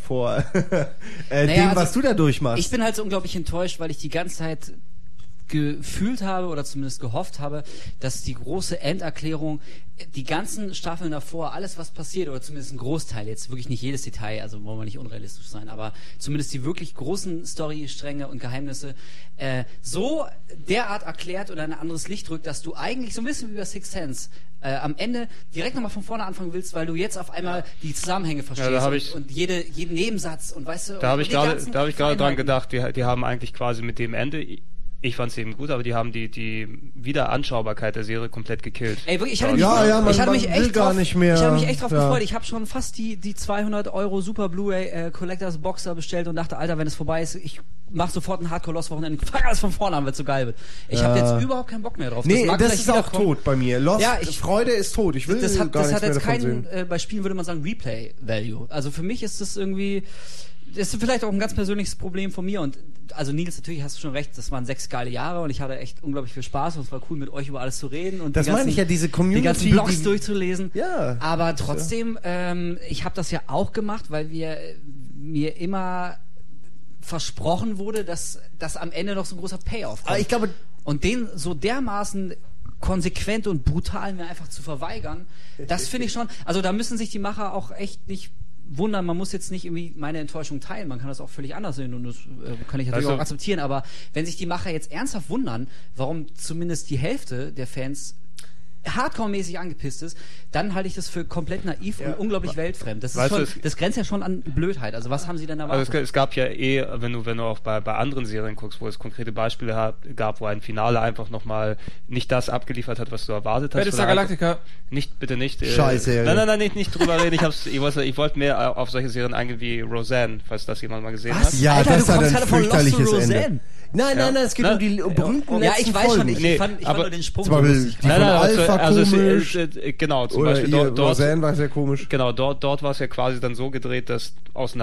dem, was du da durchmachst. Ich bin halt so unglaublich enttäuscht, weil ich die ganze Zeit gefühlt habe oder zumindest gehofft habe, dass die große Enderklärung, die ganzen Staffeln davor, alles was passiert, oder zumindest ein Großteil, jetzt wirklich nicht jedes Detail, also wollen wir nicht unrealistisch sein, aber zumindest die wirklich großen Storystränge und Geheimnisse so derart erklärt oder in ein anderes Licht rückt, dass du eigentlich so ein bisschen wie bei Sixth Sense am Ende direkt nochmal von vorne anfangen willst, weil du jetzt auf einmal die Zusammenhänge verstehst und jeden Nebensatz und weißt du... Da habe ich gerade dran gedacht, die haben eigentlich quasi mit dem Ende... Ich fand es eben gut, aber die haben die Wiederanschaubarkeit der Serie komplett gekillt. Ey, wirklich, ich hatte mich echt drauf gefreut. Ich habe schon fast die 200 € Super Blu-ray Collectors Boxer bestellt und dachte, Alter, wenn es vorbei ist, ich mach sofort ein Hardcore-Lost-Wochenende, fang alles von vorne an, weil es so geil wird. Ich habe jetzt überhaupt keinen Bock mehr drauf. Nee, das ist auch tot bei mir. Lost, Freude ist tot. Ich will das hat jetzt keinen, bei Spielen würde man sagen, Replay-Value. Also für mich ist das irgendwie... Das ist vielleicht auch ein ganz persönliches Problem von mir und also Nils, natürlich hast du schon recht, das waren 6 geile Jahre und ich hatte echt unglaublich viel Spaß und es war cool, mit euch über alles zu reden und das meine ich ja, diese Community, die ganzen Blogs durchzulesen. Ja. Aber trotzdem, ich habe das ja auch gemacht, weil mir immer versprochen wurde, dass am Ende noch so ein großer Payoff kommt. Aber ich glaube, und den so dermaßen konsequent und brutal mir einfach zu verweigern, das finde ich schon, also da müssen sich die Macher auch echt nicht wundern, man muss jetzt nicht irgendwie meine Enttäuschung teilen, man kann das auch völlig anders sehen und das kann ich natürlich auch akzeptieren, aber wenn sich die Macher jetzt ernsthaft wundern, warum zumindest die Hälfte der Fans hardcore-mäßig angepisst ist, dann halte ich das für komplett naiv und unglaublich weltfremd. Das ist schon, das grenzt ja schon an Blödheit. Also was haben sie denn erwartet? Also es gab ja wenn du auch bei anderen Serien guckst, wo es konkrete Beispiele gab, wo ein Finale einfach nochmal nicht das abgeliefert hat, was du erwartet hast. Battlestar Galactica. Bitte nicht. Scheiße. Nein, nicht drüber reden. Ich wollte mehr auf solche Serien eingehen wie Roseanne, falls das jemand mal gesehen hat. Ja, Alter, das hat ein fürchterliches Ende. Nein, es geht um die berühmten letzten ich weiß Folgen. schon, ich fand nur den Sprung zum Beispiel die von Alpha komisch. Genau, zum Beispiel dort Roseanne war sehr komisch. Genau, dort war es ja quasi dann so gedreht, dass aus einer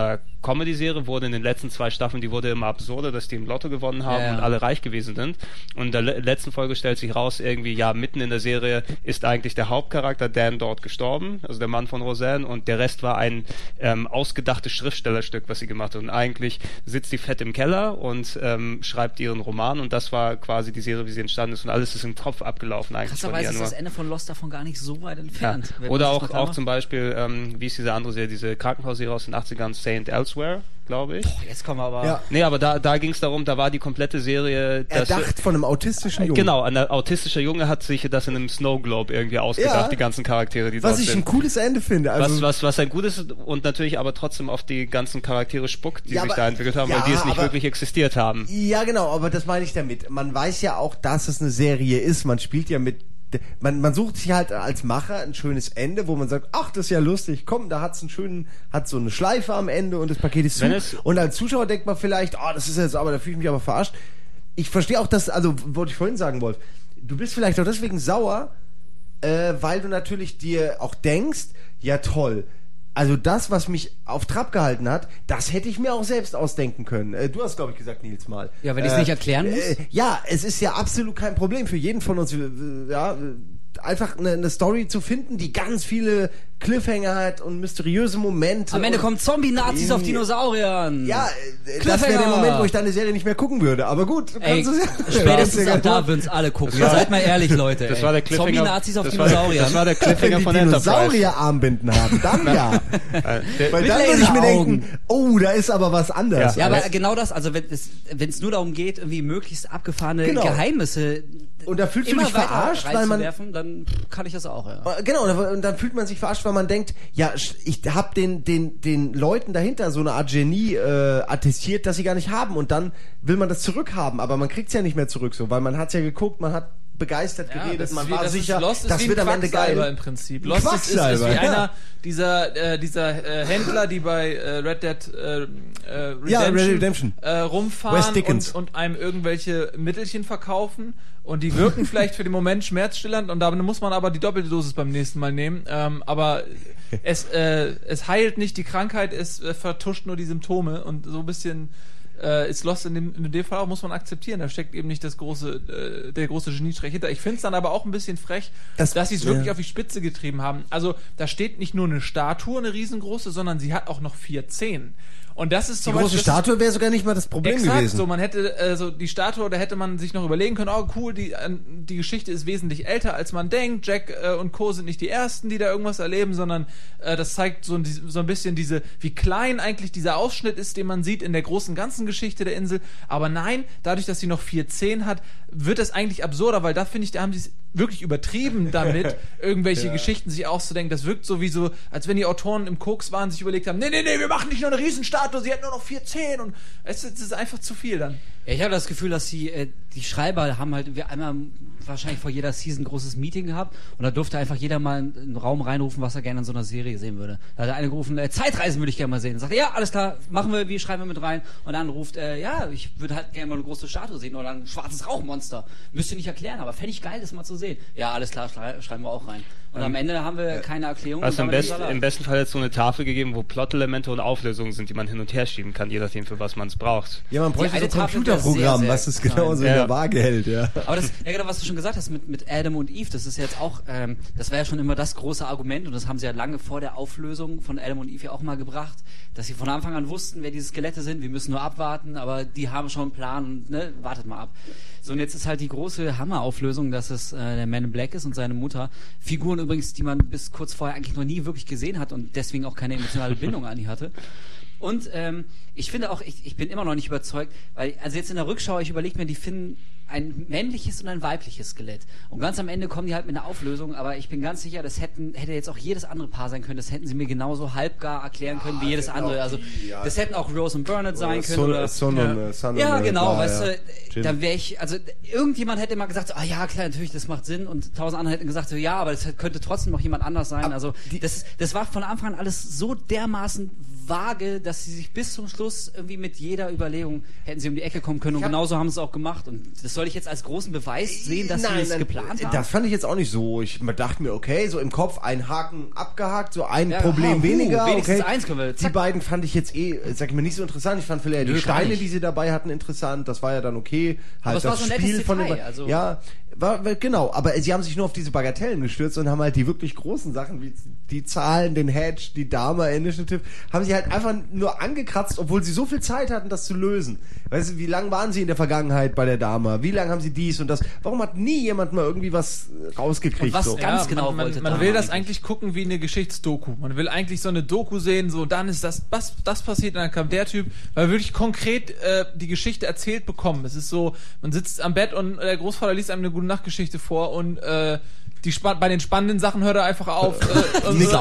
Comedy-Serie wurde in den letzten 2 Staffeln, die wurde immer absurder, dass die im Lotto gewonnen haben und alle reich gewesen sind. Und in der letzten Folge stellt sich raus, irgendwie, mitten in der Serie ist eigentlich der Hauptcharakter Dan dort gestorben, also der Mann von Roseanne, und der Rest war ein ausgedachtes Schriftstellerstück, was sie gemacht hat. Und eigentlich sitzt die fett im Keller und schreibt ihren Roman, und das war quasi die Serie, wie sie entstanden ist, und alles ist im Kopf abgelaufen eigentlich. Krasserweise ist das Ende von Lost davon gar nicht so weit entfernt. Ja. Oder auch zum Beispiel, wie ist diese andere Serie, diese Krankenhausserie aus den 80ern, Saint Elsewhere, glaube ich. Boah, jetzt kommen wir aber... Ja. Nee, aber da ging es darum, da war die komplette Serie... Erdacht von einem autistischen Jungen. Genau, ein autistischer Junge hat sich das in einem Snow Globe irgendwie ausgedacht, die ganzen Charaktere, die dort sind. Was ich ein cooles Ende finde. Also was ein gutes und natürlich aber trotzdem auf die ganzen Charaktere spuckt, die sich da entwickelt haben, weil die es nicht wirklich existiert haben. Ja, genau, aber das meine ich damit. Man weiß ja auch, dass es eine Serie ist. Man spielt ja mit... Man sucht sich halt als Macher ein schönes Ende, wo man sagt, ach, das ist ja lustig, komm, da hat so eine Schleife am Ende und das Paket ist zu. Und als Zuschauer denkt man vielleicht, das ist jetzt aber, da fühle ich mich aber verarscht. Ich verstehe auch das, also wollte ich vorhin sagen, Wolf, du bist vielleicht auch deswegen sauer, weil du natürlich dir auch denkst, ja toll, also das, was mich auf Trab gehalten hat, das hätte ich mir auch selbst ausdenken können. Du hast, glaube ich, gesagt, Nils, mal. Ja, wenn ich es nicht erklären muss? Ja, es ist ja absolut kein Problem für jeden von uns, einfach eine Story zu finden, die ganz viele Cliffhanger hat und mysteriöse Momente. Am Ende kommen Zombie-Nazis auf Dinosauriern. Ja, das wäre der Moment, wo ich deine Serie nicht mehr gucken würde. Aber gut, du kannst es ja. Spätestens ab da würden es alle gucken. Seid mal ehrlich, Leute. Das war der Cliffhanger. Zombie-Nazis auf Dinosauriern. Das war der Cliffhanger von Enterprise. Wenn die Dinosaurier-Armbinden haben, dann ja. Weil dann würde ich mir denken, da ist aber was anderes. Ja, aber genau das, also wenn es nur darum geht, irgendwie möglichst abgefahrene Geheimnisse und da fühlst du dich verarscht, weil man dann kann ich das auch, ja. Genau, und dann fühlt man sich verarscht, weil man denkt, ja, ich habe den Leuten dahinter so eine Art Genie attestiert, dass sie gar nicht haben, und dann will man das zurückhaben, aber man kriegt's ja nicht mehr zurück, so, weil man hat's ja geguckt, man hat begeistert geredet, man war sicher, das wird am Ende geil. Im Prinzip. Lost ist wie einer dieser Händler, die bei Red Dead Redemption rumfahren und einem irgendwelche Mittelchen verkaufen, und die wirken vielleicht für den Moment schmerzstillernd, und da muss man aber die doppelte Dosis beim nächsten Mal nehmen, aber es heilt nicht die Krankheit, es vertuscht nur die Symptome, und so ein bisschen ist Lost in dem Fall auch, muss man akzeptieren. Da steckt eben nicht der große Geniestreich hinter. Ich finde es dann aber auch ein bisschen frech, dass sie es wirklich auf die Spitze getrieben haben. Also da steht nicht nur eine Statue, eine riesengroße, sondern sie hat auch noch 4 Zehen. Und das ist zum Beispiel... Die große Statue wäre sogar nicht mal das Problem gewesen. So, man hätte, die Statue, da hätte man sich noch überlegen können, cool, die Geschichte ist wesentlich älter, als man denkt. Jack und Co. sind nicht die Ersten, die da irgendwas erleben, sondern das zeigt so ein bisschen wie klein eigentlich dieser Ausschnitt ist, den man sieht in der großen ganzen Geschichte der Insel. Aber nein, dadurch, dass sie noch 4 Zehen hat, wird es eigentlich absurder, weil da finde ich, da haben sie es wirklich übertrieben damit, irgendwelche Geschichten sich auszudenken. Das wirkt sowieso, als wenn die Autoren im Koks waren, sich überlegt haben, nee, wir machen nicht nur eine Riesenstatue, sie hat nur noch 4 Zehen, und es ist einfach zu viel dann. Ja, ich habe das Gefühl, dass die Schreiber haben halt einmal wahrscheinlich vor jeder Season ein großes Meeting gehabt, und da durfte einfach jeder mal in einen Raum reinrufen, was er gerne in so einer Serie sehen würde. Da hat der eine gerufen, Zeitreisen würde ich gerne mal sehen. Sagt, ja, alles klar, machen wir, schreiben wir mit rein. Und dann ruft, ich würde halt gerne mal eine große Statue sehen oder ein schwarzes Rauchmonster. Müsst ihr nicht erklären, aber fände ich geil, das mal zu sehen. Ja, alles klar, schreiben wir auch rein. Und am Ende haben wir keine Erklärung. Also im besten Fall jetzt so eine Tafel gegeben, wo Plot-Elemente und Auflösungen sind, die man hin und her schieben kann, je nachdem, für was man es braucht. Ja, man bräuchte so ein Computerprogramm, was es genauso in der Waage hält, ja. Aber das, genau, was du schon gesagt hast mit Adam und Eve, das ist jetzt auch, das war ja schon immer das große Argument, und das haben sie ja lange vor der Auflösung von Adam und Eve ja auch mal gebracht, dass sie von Anfang an wussten, wer diese Skelette sind, wir müssen nur abwarten, aber die haben schon einen Plan, und wartet mal ab. So, und jetzt ist halt die große Hammerauflösung, dass es der Man in Black ist und seine Mutter. Figuren übrigens, die man bis kurz vorher eigentlich noch nie wirklich gesehen hat und deswegen auch keine emotionale Bindung an die hatte. Und ich finde auch, ich bin immer noch nicht überzeugt, weil, also jetzt in der Rückschau, ich überlege mir, die finden ein männliches und ein weibliches Skelett. Und ganz am Ende kommen die halt mit einer Auflösung, aber ich bin ganz sicher, das hätte jetzt auch jedes andere Paar sein können, das hätten sie mir genauso halbgar erklären können wie jedes andere. Also das hätten auch Rose und Bernard sein können. Son genau, weißt du, dann wäre ich, also irgendjemand hätte immer gesagt, ja klar, natürlich, das macht Sinn, und 1000 andere hätten gesagt, ja, aber das könnte trotzdem noch jemand anders sein. Also das war von Anfang an alles so dermaßen vage, dass sie sich bis zum Schluss irgendwie mit jeder Überlegung hätten sie um die Ecke kommen können, und genauso haben sie es auch gemacht, und das das soll ich jetzt als großen Beweis sehen, dass sie es geplant haben? Das fand ich jetzt auch nicht so. Ich dachte mir, okay, so im Kopf ein Haken abgehakt, so ein Problem weniger. Wenigstens okay. eins können wir. Die beiden fand ich jetzt sag ich mal, nicht so interessant. Ich fand vielleicht die Steine, die sie dabei hatten, interessant. Das war ja dann okay. Halt aber es war so ein Spiel nettes von Detail, also ja, genau, aber sie haben sich nur auf diese Bagatellen gestürzt und haben halt die wirklich großen Sachen, wie die Zahlen, den Hedge, die Dama Initiative, haben sie halt einfach nur angekratzt, obwohl sie so viel Zeit hatten, das zu lösen. Weißt du, wie lange waren sie in der Vergangenheit bei der Dama? Wie lange haben sie dies und das? Warum hat nie jemand mal irgendwie was rausgekriegt? Und was so? ganz genau man wollte will das eigentlich gucken wie eine Geschichtsdoku. Man will eigentlich so eine Doku sehen, so dann ist das passiert und dann kam der Typ, weil wir wirklich konkret die Geschichte erzählt bekommen. Es ist so, man sitzt am Bett und der Großvater liest einem eine gute Nachtgeschichte vor und bei den spannenden Sachen hört er einfach auf. Und so,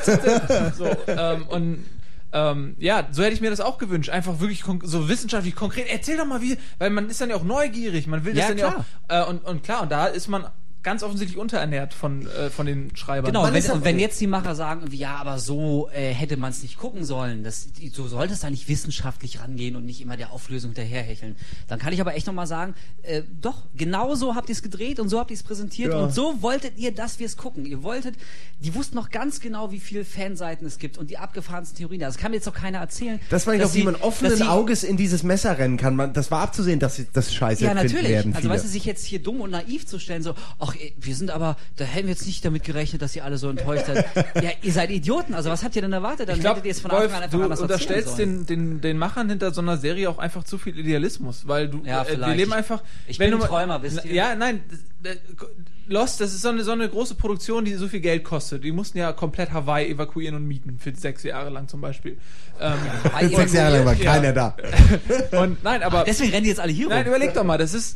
ja, so hätte ich mir das auch gewünscht. Einfach wirklich so wissenschaftlich konkret. Erzähl doch mal, weil man ist dann ja auch neugierig. Man will das dann ja auch. Und klar, und da ist man ganz offensichtlich unterernährt von den Schreibern. Genau, wenn jetzt die Macher sagen, ja, aber so hätte man es nicht gucken sollen, so sollte es da nicht wissenschaftlich rangehen und nicht immer der Auflösung hinterherhecheln, dann kann ich aber echt nochmal sagen, doch, genau so habt ihr es gedreht und so habt ihr es präsentiert und so wolltet ihr, dass wir es gucken. Die wussten noch ganz genau, wie viele Fanseiten es gibt und die abgefahrensten Theorien. Das kann mir jetzt doch keiner erzählen. Das war nicht auch, wie man offenen Auges in dieses Messer rennen kann. Das war abzusehen, dass sie das scheiße finden werden. Ja, natürlich. Also weißt du, sich jetzt hier dumm und naiv zu stellen, so, ach, wir sind aber, da hätten wir jetzt nicht damit gerechnet, dass ihr alle so enttäuscht seid. Ja, ihr seid Idioten, also was habt ihr denn erwartet? Dann hättet ihr es von Anfang an einfach anders erzählen sollen. Du unterstellst den Machern hinter so einer Serie auch einfach zu viel Idealismus, weil wir leben einfach... Ich bin ein Träumer, wisst ihr? Ja, nein, Lost, das ist so eine große Produktion, die so viel Geld kostet. Die mussten ja komplett Hawaii evakuieren und mieten, für 6 Jahre lang zum Beispiel. 6 Jahre lang war keiner da. Und nein, aber... Deswegen rennen die jetzt alle hier rum. Nein, überleg doch mal, das ist...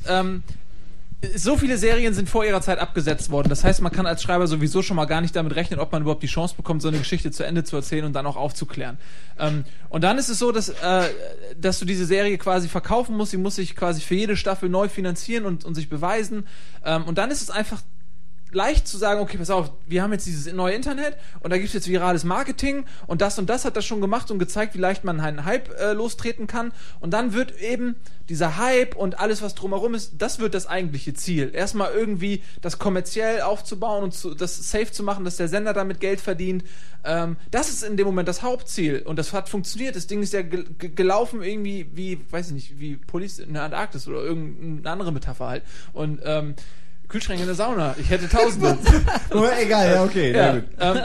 so viele Serien sind vor ihrer Zeit abgesetzt worden. Das heißt, man kann als Schreiber sowieso schon mal gar nicht damit rechnen, ob man überhaupt die Chance bekommt, so eine Geschichte zu Ende zu erzählen und dann auch aufzuklären. Und dann ist es so, dass du diese Serie quasi verkaufen musst. Sie muss sich quasi für jede Staffel neu finanzieren und sich beweisen. Und dann ist es einfach leicht zu sagen, okay, pass auf, wir haben jetzt dieses neue Internet und da gibt es jetzt virales Marketing und das hat das schon gemacht und gezeigt, wie leicht man einen Hype lostreten kann und dann wird eben dieser Hype und alles, was drumherum ist, das wird das eigentliche Ziel. Erstmal irgendwie das kommerziell aufzubauen und das safe zu machen, dass der Sender damit Geld verdient. Das ist in dem Moment das Hauptziel und das hat funktioniert. Das Ding ist ja gelaufen irgendwie wie, weiß ich nicht, wie Police in der Antarktis oder irgendeine andere Metapher halt. Und Kühlschränke in der Sauna. Ich hätte Tausende. Egal, ja, okay. Ja,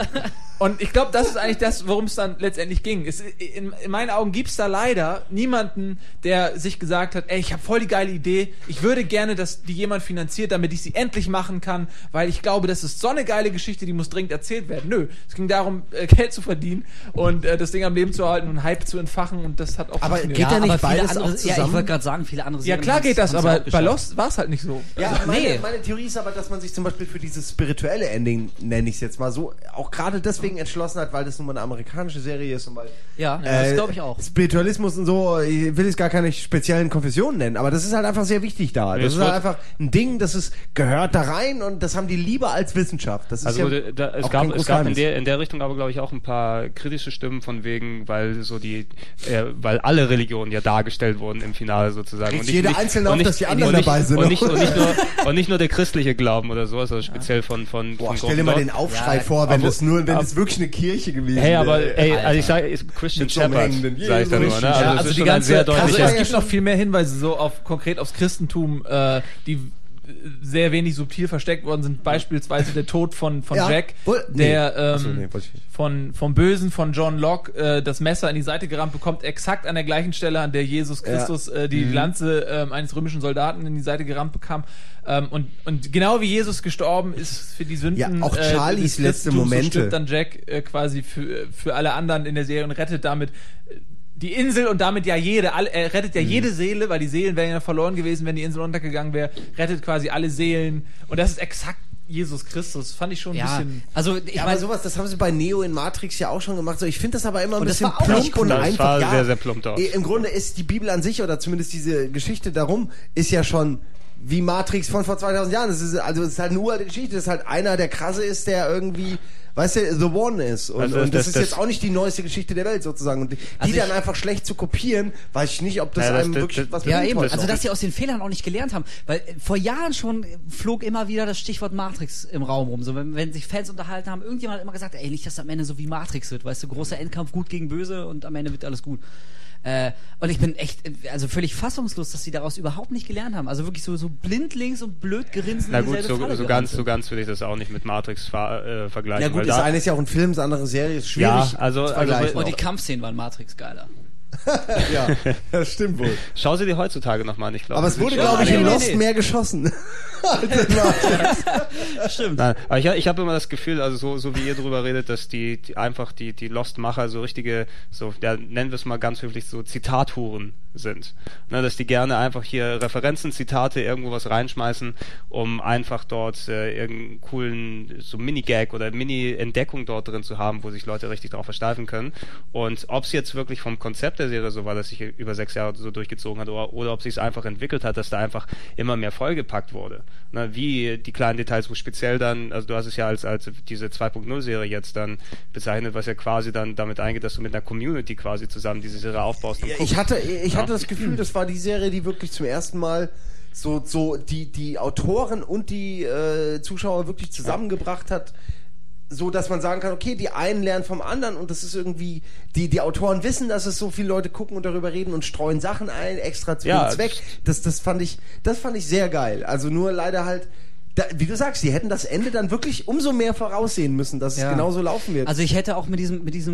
und ich glaube, das ist eigentlich das, worum es dann letztendlich ging. In meinen Augen gibt es da leider niemanden, der sich gesagt hat, ey, ich habe voll die geile Idee, ich würde gerne, dass die jemand finanziert, damit ich sie endlich machen kann, weil ich glaube, das ist so eine geile Geschichte, die muss dringend erzählt werden. Nö, es ging darum, Geld zu verdienen und das Ding am Leben zu erhalten und Hype zu entfachen und das hat auch aber funktioniert. geht ja nicht beides andere, auch zusammen? Ja, ich wollte gerade sagen, viele andere Serien. Ja, klar geht das, aber bei Lost war es halt nicht so. Ja, meine Theorie ist aber, dass man sich zum Beispiel für dieses spirituelle Ending, nenne ich es jetzt mal so, auch gerade deswegen entschlossen hat, weil das nun mal eine amerikanische Serie ist und weil das glaube ich auch. Spiritualismus und so, ich will es gar keine speziellen Konfessionen nennen, aber das ist halt einfach sehr wichtig da. Das ist halt einfach ein Ding, gehört da rein und das haben die lieber als Wissenschaft. Das ist also es gab in der Richtung aber, glaube ich, auch ein paar kritische Stimmen von wegen, weil weil alle Religionen ja dargestellt wurden im Finale sozusagen. Und jeder Einzelne auf, dass die anderen dabei sind. Und nicht nur der christliche Glauben oder sowas, also speziell von stell dir mal den Aufschrei vor, wenn es wirklich eine Kirche gewesen wäre. Hey, aber also ich sage, Christian Shepherd, sage ich da nur, ne? Also die ganze, es gibt noch viel mehr Hinweise so konkret aufs Christentum, die sehr wenig subtil versteckt worden sind. Beispielsweise der Tod von Jack, der vom Bösen, von John Locke, das Messer in die Seite gerammt bekommt, exakt an der gleichen Stelle, an der Jesus Christus die Lanze eines römischen Soldaten in die Seite gerammt bekam. Und genau wie Jesus gestorben ist für die Sünden auch Charlies letzte Momente. So stirbt dann Jack quasi für alle anderen in der Serie und rettet damit die Insel und damit er rettet ja jede Seele, weil die Seelen wären ja verloren gewesen, wenn die Insel untergegangen wäre, rettet quasi alle Seelen und das ist exakt Jesus Christus, fand ich schon ein bisschen... Also ich meine, sowas, das haben sie bei Neo in Matrix ja auch schon gemacht. So, ich finde das aber immer ein bisschen plump und einfach. Das war sehr, sehr plump auch. Im Grunde ist die Bibel an sich, oder zumindest diese Geschichte darum, ist ja schon wie Matrix von vor 2000 Jahren. Es ist halt eine uralte Geschichte, dass halt einer der Krasse ist, der irgendwie, weißt du, The One ist. Und das ist jetzt auch nicht die neueste Geschichte der Welt sozusagen. Und die dann einfach schlecht zu kopieren, weiß ich nicht, ob das einem wirklich was bringt. Ja, eben. Also, dass sie aus den Fehlern auch nicht gelernt haben. Weil vor Jahren schon flog immer wieder das Stichwort Matrix im Raum rum. So, wenn sich Fans unterhalten haben, irgendjemand hat immer gesagt, ey, nicht, dass am Ende so wie Matrix wird. Weißt du, großer Endkampf, gut gegen böse und am Ende wird alles gut. Und ich bin echt, also völlig fassungslos, dass sie daraus überhaupt nicht gelernt haben. Also wirklich so blindlings und blöd gerinsen. Na gut, so ganz würde ich das auch nicht mit Matrix vergleichen. Ja gut, das eine ist ja auch ein Film, das andere Serie, ist schwierig. Ja, also und die Kampfszenen waren Matrix geiler. Ja, das stimmt wohl. Schau sie dir heutzutage nochmal an, ich glaube. Aber es wurde, glaube ich, in Lost mehr geschossen. Stimmt. Nein, aber ich habe immer das Gefühl, also so wie ihr drüber redet, dass die Lost-Macher so richtige, so, ja, nennen wir es mal ganz höflich, so Zitathuren sind. Ne, dass die gerne einfach hier Referenzen, Zitate, irgendwo was reinschmeißen, um einfach dort irgendeinen coolen so Mini-Gag oder Mini-Entdeckung dort drin zu haben, wo sich Leute richtig drauf versteifen können. Und ob es jetzt wirklich vom Konzept der Serie so war, dass sich über 6 Jahre so durchgezogen hat, oder ob sich es einfach entwickelt hat, dass da einfach immer mehr vollgepackt wurde. Ne, wie die kleinen Details, wo speziell dann, also du hast es ja als diese 2.0-Serie jetzt dann bezeichnet, was ja quasi dann damit eingeht, dass du mit einer Community quasi zusammen diese Serie aufbaust. Und ich hatte das Gefühl, das war die Serie, die wirklich zum ersten Mal so die Autoren und die Zuschauer wirklich zusammengebracht hat, so dass man sagen kann, okay, die einen lernen vom anderen und das ist irgendwie, die Autoren wissen, dass es so viele Leute gucken und darüber reden und streuen Sachen ein, extra zu dem Zweck. Das fand ich sehr geil. Also nur leider halt, wie du sagst, die hätten das Ende dann wirklich umso mehr voraussehen müssen, dass es genauso laufen wird. Also ich hätte auch mit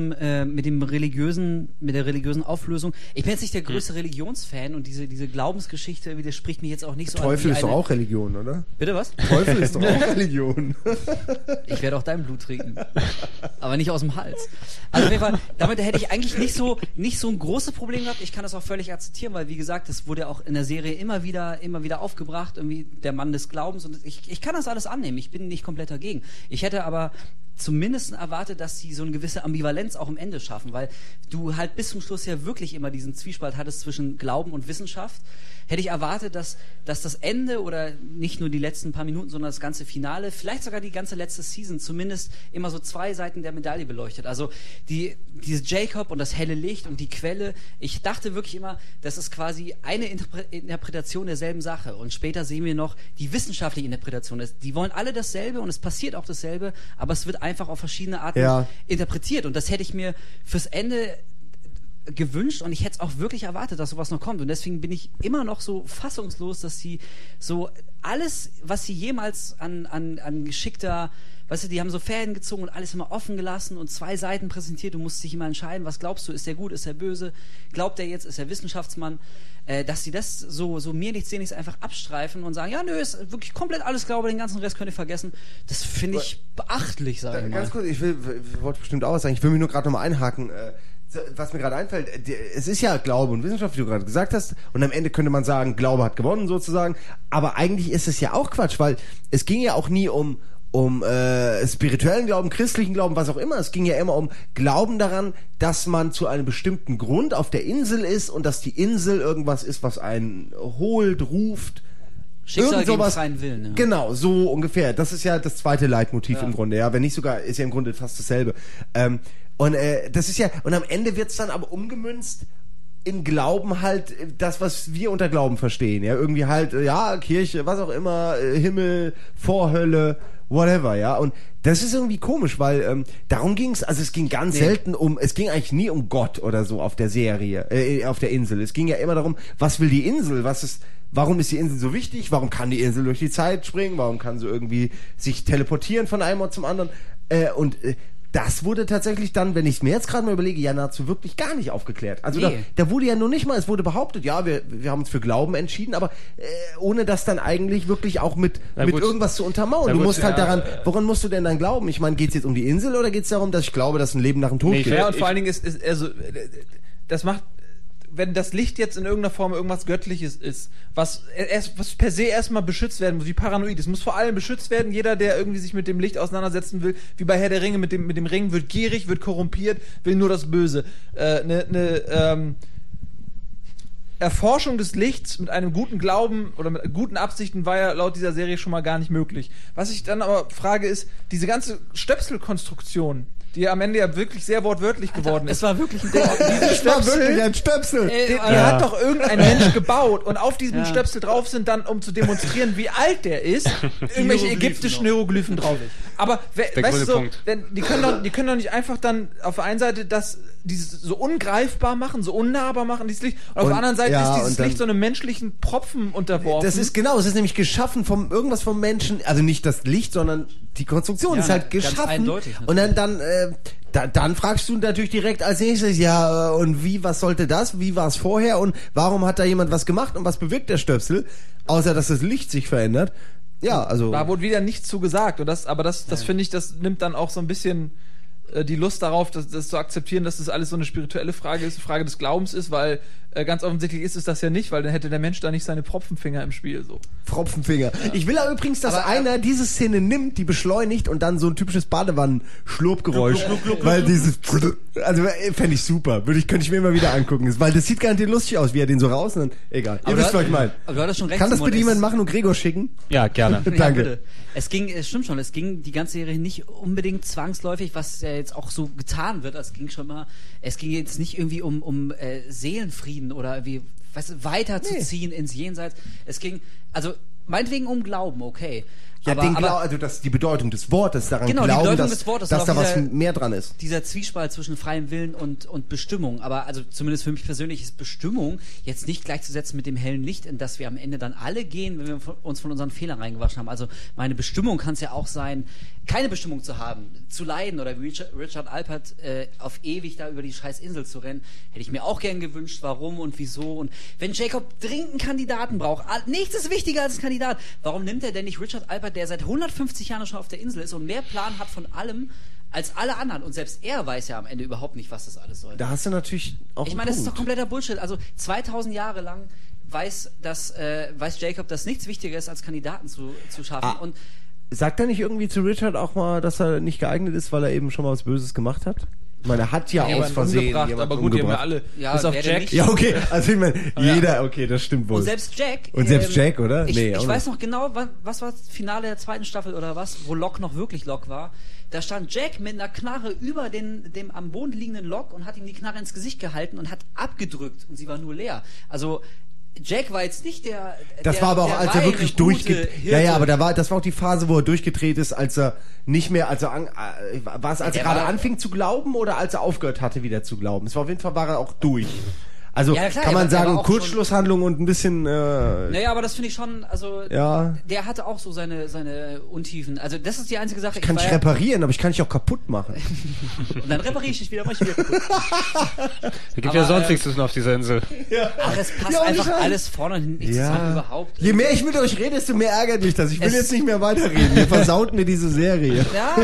der religiösen Auflösung, ich bin jetzt nicht der größte Religionsfan und diese Glaubensgeschichte widerspricht mich jetzt auch nicht so Teufel ist doch auch Religion, oder? Bitte was? Teufel ist doch auch Religion. Ich werde auch dein Blut trinken. Aber nicht aus dem Hals. Also auf jeden Fall, damit hätte ich eigentlich nicht so ein großes Problem gehabt. Ich kann das auch völlig akzeptieren, weil wie gesagt, das wurde auch in der Serie immer wieder aufgebracht, irgendwie der Mann des Glaubens und ich kann das alles annehmen, ich bin nicht komplett dagegen. Ich hätte aber zumindest erwartet, dass sie so eine gewisse Ambivalenz auch am Ende schaffen, weil du halt bis zum Schluss ja wirklich immer diesen Zwiespalt hattest zwischen Glauben und Wissenschaft. Hätte ich erwartet, dass das Ende oder nicht nur die letzten paar Minuten, sondern das ganze Finale, vielleicht sogar die ganze letzte Season, zumindest immer so 2 Seiten der Medaille beleuchtet. Also diese Jacob und das helle Licht und die Quelle, ich dachte wirklich immer, das ist quasi eine Interpretation derselben Sache und später sehen wir noch die wissenschaftliche Interpretation. Die wollen alle dasselbe und es passiert auch dasselbe, aber es wird einfach auf verschiedene Arten interpretiert und das hätte ich mir fürs Ende gewünscht und ich hätte es auch wirklich erwartet, dass sowas noch kommt und deswegen bin ich immer noch so fassungslos, dass sie so alles, was sie jemals an geschickter, weißt du, die haben so Fäden gezogen und alles immer offen gelassen und 2 Seiten präsentiert, du musst dich immer entscheiden, was glaubst du, ist der gut, ist der böse, glaubt er jetzt, ist er Wissenschaftsmann, dass sie das so mir nichts, dir nichts einfach abstreifen und sagen, ja nö, ist wirklich komplett alles Glaube, den ganzen Rest könnt ihr vergessen, das finde ich beachtlich, sage ich mal. Ganz kurz, ich wollte bestimmt auch was sagen, ich will mich nur gerade nochmal einhaken, was mir gerade einfällt, es ist ja Glaube und Wissenschaft, wie du gerade gesagt hast, und am Ende könnte man sagen, Glaube hat gewonnen sozusagen, aber eigentlich ist es ja auch Quatsch, weil es ging ja auch nie um spirituellen Glauben, christlichen Glauben, was auch immer. Es ging ja immer um Glauben daran, dass man zu einem bestimmten Grund auf der Insel ist und dass die Insel irgendwas ist, was einen holt, ruft. Schicksal gegen freien Willen. Ja. Genau, so ungefähr. Das ist ja das zweite Leitmotiv im Grunde. Ja, wenn nicht sogar, ist ja im Grunde fast dasselbe. Das ist ja, und am Ende wird's dann aber umgemünzt in Glauben halt das, was wir unter Glauben verstehen. Ja, irgendwie halt, ja, Kirche, was auch immer, Himmel, Vorhölle, whatever, ja. Und das ist irgendwie komisch, weil darum ging's, also es ging ganz selten es ging eigentlich nie um Gott oder so auf der Serie, auf der Insel. Es ging ja immer darum, was will die Insel, warum ist die Insel so wichtig, warum kann die Insel durch die Zeit springen, warum kann sie irgendwie sich teleportieren von einem Ort zum anderen das wurde tatsächlich dann, wenn ich es mir jetzt gerade mal überlege, ja nahezu wirklich gar nicht aufgeklärt. Also da wurde ja nur nicht mal, es wurde behauptet, ja, wir haben uns für Glauben entschieden, aber ohne das dann eigentlich wirklich auch mit irgendwas zu untermauern. Du musst halt daran, woran musst du denn dann glauben? Ich meine, geht's jetzt um die Insel oder geht's darum, dass ich glaube, dass ein Leben nach dem Tod gibt? Ja, und vor allen Dingen das macht, wenn das Licht jetzt in irgendeiner Form irgendwas Göttliches ist, was per se erstmal beschützt werden muss, wie Paranoid, es muss vor allem beschützt werden, jeder, der irgendwie sich mit dem Licht auseinandersetzen will, wie bei Herr der Ringe, mit dem Ring, wird gierig, wird korrumpiert, will nur das Böse. Erforschung des Lichts mit einem guten Glauben oder mit guten Absichten war ja laut dieser Serie schon mal gar nicht möglich. Was ich dann aber frage ist, diese ganze Stöpselkonstruktion, die am Ende ja wirklich sehr wortwörtlich geworden ist. Es war wirklich ein Das war wirklich ein Stöpsel. Die hat doch irgendein Mensch gebaut und auf diesem Stöpsel drauf sind dann, um zu demonstrieren, wie alt der ist, irgendwelche ägyptischen Hieroglyphen drauf. Aber weißt du so, die können doch nicht einfach dann auf der einen Seite dieses so ungreifbar machen, so unnahbar machen, dieses Licht. Und auf der anderen Seite ist dieses Licht so einem menschlichen Propfen unterworfen. Das ist genau, es ist nämlich geschaffen irgendwas vom Menschen, also nicht das Licht, sondern die Konstruktion ist halt geschaffen. Ganz eindeutig, und dann fragst du natürlich direkt als nächstes, und was sollte das? Wie war es vorher? Und warum hat da jemand was gemacht? Und was bewirkt der Stöpsel? Außer, dass das Licht sich verändert. Ja, also. Da wurde wieder nichts zu gesagt. Und das finde ich, das nimmt dann auch so ein bisschen die Lust darauf, das zu akzeptieren, dass das alles so eine spirituelle Frage ist, eine Frage des Glaubens ist, weil ganz offensichtlich ist es das ja nicht, weil dann hätte der Mensch da nicht seine Pfropfenfinger im Spiel. So. Pfropfenfinger. Ja. Ich will aber übrigens, dass einer diese Szene nimmt, die beschleunigt und dann so ein typisches Badewannen-Schlurpgeräusch, weil dieses, also fände ich super, könnte ich mir immer wieder angucken, weil das sieht garantiert lustig aus, wie er den so raus und dann, egal. Ihr wisst, was ich meine. Aber du hattest schon recht. Kann das bitte jemand machen und Gregor schicken? Ja, gerne. Danke. Es stimmt schon, es ging die ganze Serie nicht unbedingt zwangsläufig, was ja jetzt auch so getan wird, es ging jetzt nicht irgendwie um Seelenfrieden oder wie, weiterzuziehen ins Jenseits. Es ging, also meinetwegen um Glauben, okay. Ja, also die Bedeutung des Wortes daran genau, glauben, die Bedeutung des Wortes, dass da was mehr dran ist. Dieser Zwiespalt zwischen freiem Willen und Bestimmung. Aber also zumindest für mich persönlich ist Bestimmung jetzt nicht gleichzusetzen mit dem hellen Licht, in das wir am Ende dann alle gehen, wenn wir uns von unseren Fehlern reingewaschen haben. Also meine Bestimmung kann es ja auch sein, keine Bestimmung zu haben, zu leiden oder wie Richard Alpert auf ewig da über die scheiß Insel zu rennen. Hätte ich mir auch gern gewünscht, warum und wieso. Und wenn Jacob dringend einen Kandidaten braucht, nichts ist wichtiger als ein Kandidat, warum nimmt er denn nicht Richard Alpert, der seit 150 Jahren schon auf der Insel ist und mehr Plan hat von allem als alle anderen. Und selbst er weiß ja am Ende überhaupt nicht, was das alles soll. Da hast du natürlich auch Ich meine, das ist doch kompletter Bullshit. Also 2000 Jahre lang weiß Jacob, dass nichts wichtiger ist, als Kandidaten zu schaffen. Und sagt er nicht irgendwie zu Richard auch mal, dass er nicht geeignet ist, weil er eben schon mal was Böses gemacht hat? Ich meine, er hat ja aus Versehen aber gut, die haben ja alle, bis auf Jack. Ja, okay, also ich meine, jeder, okay, das stimmt wohl. Und selbst Jack. Jack, oder? Ich weiß noch genau, was war das Finale der zweiten Staffel oder was, wo Locke noch wirklich Locke war. Da stand Jack mit einer Knarre über dem am Boden liegenden Locke und hat ihm die Knarre ins Gesicht gehalten und hat abgedrückt und sie war nur leer. Also Jack war jetzt nicht der. Das war aber auch, als er wirklich durchgedreht. Ja, aber das war auch die Phase, wo er durchgedreht ist, als er nicht mehr, war es, als er gerade anfing zu glauben oder als er aufgehört hatte, wieder zu glauben? Es war auf jeden Fall, war er auch durch. Also ja, klar, kann man sagen, Kurzschlusshandlung und ein bisschen. Naja, aber das finde ich schon, also der hatte auch so seine Untiefen. Also das ist die einzige Sache. Ich kann dich reparieren, aber ich kann dich auch kaputt machen. Und dann repariere ich dich wieder, mach ich wieder kaputt. Da gibt ja sonst nichts zu tun auf dieser Insel. Ja. Ach, es passt einfach alles vorne und hinten nicht zusammen überhaupt. Je mehr ich mit euch rede, desto mehr ärgert mich das. Ich will jetzt nicht mehr weiterreden. Ihr versaut mir diese Serie.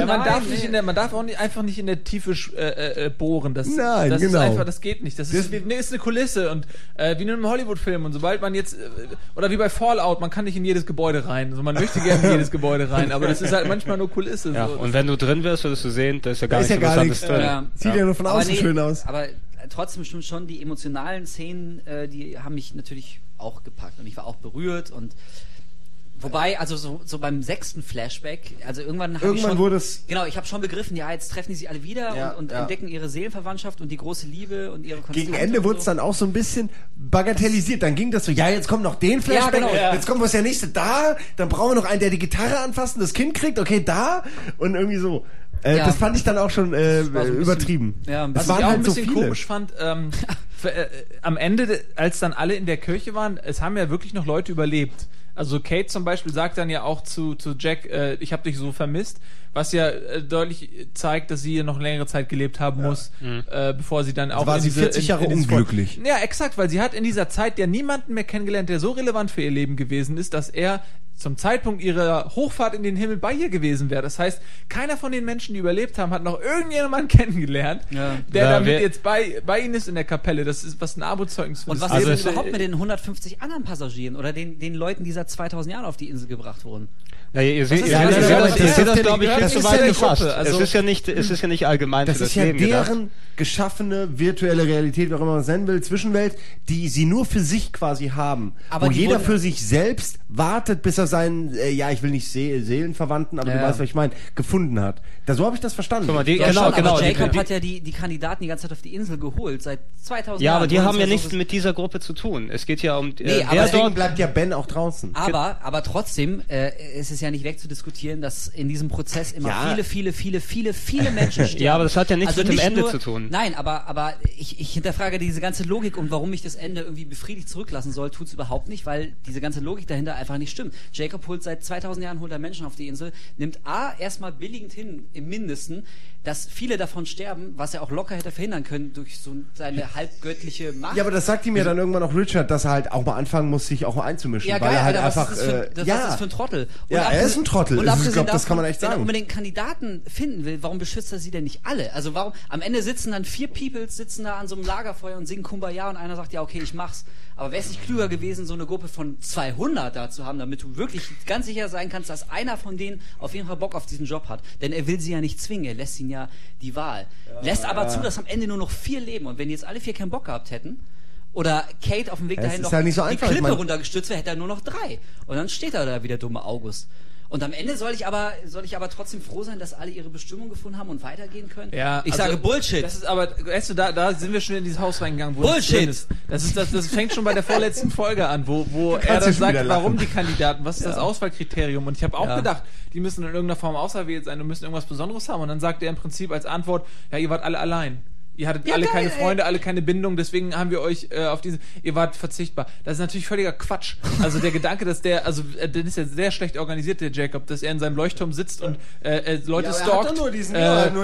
Man darf auch einfach nicht in der Tiefe bohren. Das ist einfach, das geht nicht. Das ist eine Kulisse. Und wie in einem Hollywood-Film. Und sobald man jetzt, oder wie bei Fallout, man kann nicht in jedes Gebäude rein. Also man möchte gerne in jedes Gebäude rein, aber das ist halt manchmal nur Kulisse. Ja, so. und wenn du drin wirst, würdest du sehen, da ist ja gar nichts Interessantes drin. Ja. Sieht ja nur von außen schön aus. Aber trotzdem stimmt schon, die emotionalen Szenen, die haben mich natürlich auch gepackt. Und ich war auch berührt und wobei, also so beim 6. Flashback, also irgendwann wurde es. Genau, ich habe schon begriffen, jetzt treffen die sich alle wieder und entdecken ihre Seelenverwandtschaft und die große Liebe und ihre Konstante. Gegen Ende wurde es dann auch so ein bisschen bagatellisiert. Dann ging das so, jetzt kommt noch den Flashback, jetzt kommt was der nächste da, dann brauchen wir noch einen, der die Gitarre anfasst und das Kind kriegt, okay, da und irgendwie so. Das fand ich dann auch schon übertrieben. Was ich auch ein bisschen komisch fand, am Ende, als dann alle in der Kirche waren, es haben ja wirklich noch Leute überlebt. Also Kate zum Beispiel sagt dann ja auch zu Jack, ich habe dich so vermisst, was ja deutlich zeigt, dass sie noch längere Zeit gelebt haben muss, bevor sie dann auch war sie 40 Jahre unglücklich. Ja, exakt, weil sie hat in dieser Zeit ja niemanden mehr kennengelernt, der so relevant für ihr Leben gewesen ist, dass er zum Zeitpunkt ihrer Hochfahrt in den Himmel bei ihr gewesen wäre. Das heißt, keiner von den Menschen, die überlebt haben, hat noch irgendjemanden kennengelernt, der damit jetzt bei ihnen ist in der Kapelle. Das ist was ein Armutszeugnis. Und was ist denn überhaupt mit den 150 anderen Passagieren oder den Leuten, die seit 2000 Jahren auf die Insel gebracht wurden? Ja, ihr seht das, glaube ich, viel zu weit gefasst. Es ist ja nicht allgemein für das Leben gedacht. Das ist ja deren geschaffene virtuelle Realität, wie auch immer man es nennen will, Zwischenwelt, die sie nur für sich quasi haben. Aber wo jeder für sich selbst wartet, bis er seinen, ich will nicht Seelenverwandten, aber du weißt, was ich meine, gefunden hat. So habe ich das verstanden. Guck mal, genau. Aber Jacob hat ja die Kandidaten die ganze Zeit auf die Insel geholt, seit 2000 Jahren. Ja, aber die haben ja nichts mit dieser Gruppe zu tun. Es geht ja um... aber deswegen bleibt ja Ben auch draußen. Aber trotzdem ist es ja nicht wegzudiskutieren, dass in diesem Prozess immer viele Menschen sterben. Ja, aber das hat ja nichts mit dem Ende zu tun. Nein, aber ich hinterfrage diese ganze Logik und warum mich das Ende irgendwie befriedigt zurücklassen soll, tut's überhaupt nicht, weil diese ganze Logik dahinter einfach nicht stimmt. Jacob holt seit 2000 Jahren Menschen auf die Insel, nimmt erstmal billigend hin, im Mindesten, dass viele davon sterben, was er auch locker hätte verhindern können durch so seine halbgöttliche Macht. Ja, aber das sagt ihm ja dann irgendwann auch Richard, dass er halt auch mal anfangen muss, sich auch einzumischen. Ja, weil er halt Alter, einfach... was ist das für ein Trottel? Und er ist ein Trottel. Und ich glaube, das kann man echt sagen. Wenn er unbedingt Kandidaten finden will, warum beschützt er sie denn nicht alle? Also warum, am Ende sitzen dann 4 Peoples, sitzen da an so einem Lagerfeuer und singen Kumbaya und einer sagt, ja, okay, ich mach's. Aber wäre es nicht klüger gewesen, so eine Gruppe von 200 da zu haben, damit du wirklich ganz sicher sein kannst, dass einer von denen auf jeden Fall Bock auf diesen Job hat. Denn er will sie ja nicht zwingen, er lässt ihnen ja die Wahl. Lässt aber zu, dass am Ende nur noch 4 leben. Und wenn die jetzt alle 4 keinen Bock gehabt hätten, oder Kate auf dem Weg dahin noch halt nicht so einfach, die Klippe runtergestürzt wäre, hätte er nur noch 3. Und dann steht er da wie der dumme August. Und am Ende soll ich aber trotzdem froh sein, dass alle ihre Bestimmung gefunden haben und weitergehen können? Ja, ich sage Bullshit. Das ist aber, weißt du, da sind wir schon in dieses Haus reingegangen, wo Bullshit. Das fängt schon bei der vorletzten Folge an, wo er dann sagt, warum die Kandidaten, was ist das Auswahlkriterium? Und ich habe auch gedacht, die müssen in irgendeiner Form auserwählt sein und müssen irgendwas Besonderes haben. Und dann sagt er im Prinzip als Antwort, ja, ihr wart alle allein. Ihr hattet alle keine Freunde, alle keine Bindung, deswegen haben wir euch ihr wart verzichtbar. Das ist natürlich völliger Quatsch. Also der Gedanke, dass der ist ja sehr schlecht organisiert, der Jacob, dass er in seinem Leuchtturm sitzt und Leute stalkt. Er hat nur diesen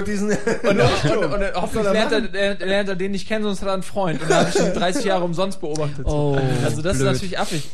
und hoffentlich lernt er den nicht kennen, sonst hat er einen Freund. Und da habe ich ihn 30 Jahre umsonst beobachtet. Also das ist natürlich affig.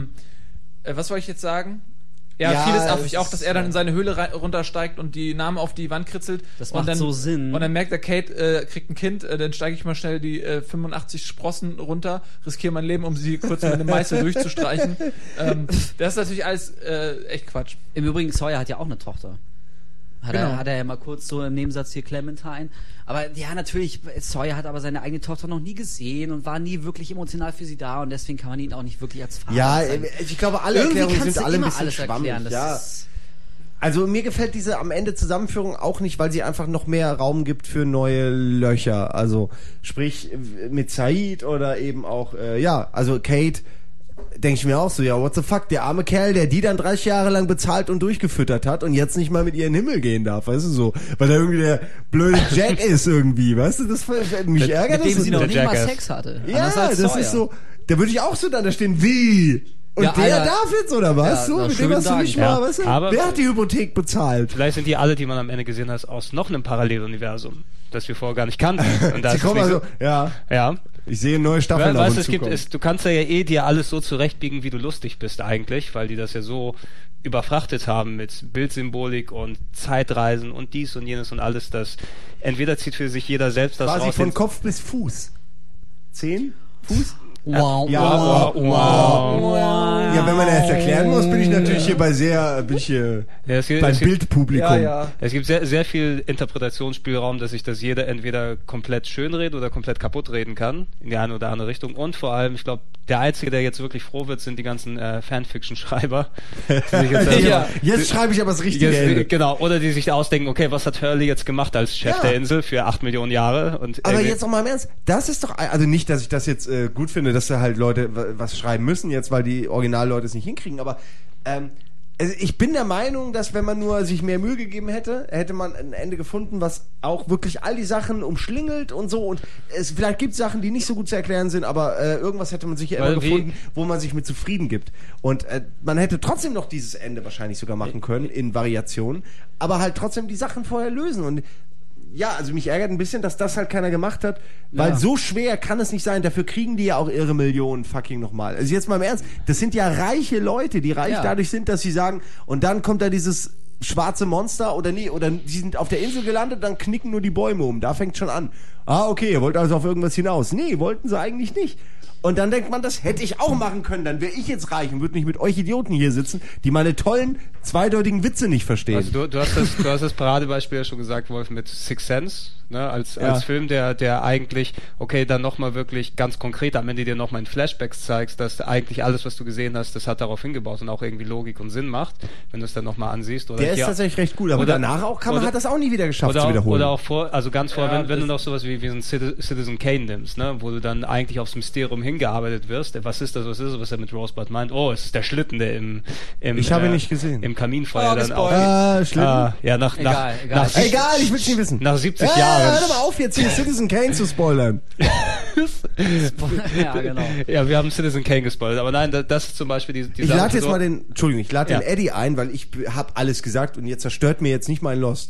Was wollte ich jetzt sagen? Ja, vieles affig. Auch, dass er dann in seine Höhle runtersteigt und die Namen auf die Wand kritzelt. Das macht so Sinn. Und dann merkt er, Kate kriegt ein Kind, dann steige ich mal schnell die 85 Sprossen runter, riskiere mein Leben, um sie kurz mit einem Meißel durchzustreichen. Das ist natürlich alles echt Quatsch. Im Übrigen, Sawyer hat ja auch eine Tochter. Hat er ja mal kurz so im Nebensatz hier Clementine. Aber ja, natürlich, Sawyer hat aber seine eigene Tochter noch nie gesehen und war nie wirklich emotional für sie da und deswegen kann man ihn auch nicht wirklich als Vater sein. Ich glaube, alle Erklärungen sind alle ein bisschen schwammig. Also mir gefällt diese am Ende Zusammenführung auch nicht, weil sie einfach noch mehr Raum gibt für neue Löcher. Also sprich mit Said oder eben auch, also Kate, denke ich mir auch so, ja, what the fuck, der arme Kerl, der die dann 30 Jahre lang bezahlt und durchgefüttert hat und jetzt nicht mal mit ihr in den Himmel gehen darf, weißt du, so, weil er irgendwie der blöde Jack ist irgendwie, weißt du, das mich ärgert das. Mit dem sie noch nicht mal Sex hatte. Ja, das ist so, da würde ich auch so da stehen, wie? Und ja, der darf jetzt, oder was? So, mit dem hast du nicht mal, weißt du? Wer hat die Hypothek bezahlt? Vielleicht sind die alle, die man am Ende gesehen hat, aus noch einem Paralleluniversum, das wir vorher gar nicht kannten. Und da sie kommen also, ja. Ich sehe neue Staffeln weißt, du kannst ja dir alles so zurechtbiegen, wie du lustig bist eigentlich, weil die das ja so überfrachtet haben mit Bildsymbolik und Zeitreisen und dies und jenes und alles, das entweder zieht für sich jeder selbst das quasi raus. Von Kopf bis Fuß. 10 Fuß? Wow. Ja, wenn man das erklären muss, bin ich natürlich hier beim Bildpublikum. Ja. Es gibt sehr, sehr viel Interpretationsspielraum, dass sich das jeder entweder komplett schönredet oder komplett kaputt reden kann, in die eine oder andere Richtung. Und vor allem, ich glaube, der Einzige, der jetzt wirklich froh wird, sind die ganzen Fanfiction-Schreiber. Jetzt schreibe ich aber das richtige Ende. Genau, oder die sich ausdenken, okay, was hat Hurley jetzt gemacht als Chef der Insel für 8 Millionen Jahre? Aber jetzt noch mal im Ernst, das ist doch, also nicht, dass ich das jetzt gut finde, dass da halt Leute was schreiben müssen jetzt, weil die Originalleute es nicht hinkriegen, aber also ich bin der Meinung, dass wenn man nur sich mehr Mühe gegeben hätte, hätte man ein Ende gefunden, was auch wirklich all die Sachen umschlingelt und so und vielleicht gibt es Sachen, die nicht so gut zu erklären sind, aber irgendwas hätte man sicher immer gefunden, wo man sich mit zufrieden gibt und man hätte trotzdem noch dieses Ende wahrscheinlich sogar machen können in Variationen, aber halt trotzdem die Sachen vorher lösen und also mich ärgert ein bisschen, dass das halt keiner gemacht hat, weil so schwer kann es nicht sein. Dafür kriegen die ja auch ihre Millionen fucking nochmal. Also jetzt mal im Ernst, das sind ja reiche Leute, die reich dadurch sind, dass sie sagen, und dann kommt da dieses schwarze Monster oder die sind auf der Insel gelandet, dann knicken nur die Bäume um. Da fängt schon an. Okay, ihr wollt also auf irgendwas hinaus. Nee, wollten sie eigentlich nicht. Und dann denkt man, das hätte ich auch machen können, dann wäre ich jetzt reich und würde nicht mit euch Idioten hier sitzen, die meine tollen, zweideutigen Witze nicht verstehen. Also du hast das Paradebeispiel ja schon gesagt, Wolf, mit Sixth Sense, ne, als Film, der eigentlich, dann nochmal wirklich ganz konkret am Ende dir nochmal in Flashbacks zeigst, dass eigentlich alles, was du gesehen hast, das hat darauf hingebaut und auch irgendwie Logik und Sinn macht, wenn du es dann nochmal ansiehst. Oder der ist tatsächlich recht gut, aber danach auch hat das auch nie wieder geschafft zu wiederholen. Oder auch wenn du noch sowas wie so ein Citizen Kane nimmst, ne, wo du dann eigentlich aufs Mysterium hingearbeitet wirst. Was ist das, was er mit Rosebud meint? Oh, es ist der Schlitten, der ich habe ihn nicht gesehen. Im Kaminfeuer dann auch. Schlitten? Egal, ich will es nicht wissen. Nach 70 Jahren. Hör mal auf, jetzt hier Citizen Kane zu spoilern. Ja, genau. Ja, wir haben Citizen Kane gespoilert, aber nein, das ist zum Beispiel die Ich lade jetzt mal den Eddie ein, weil ich habe alles gesagt und jetzt zerstört mir jetzt nicht mein Lost.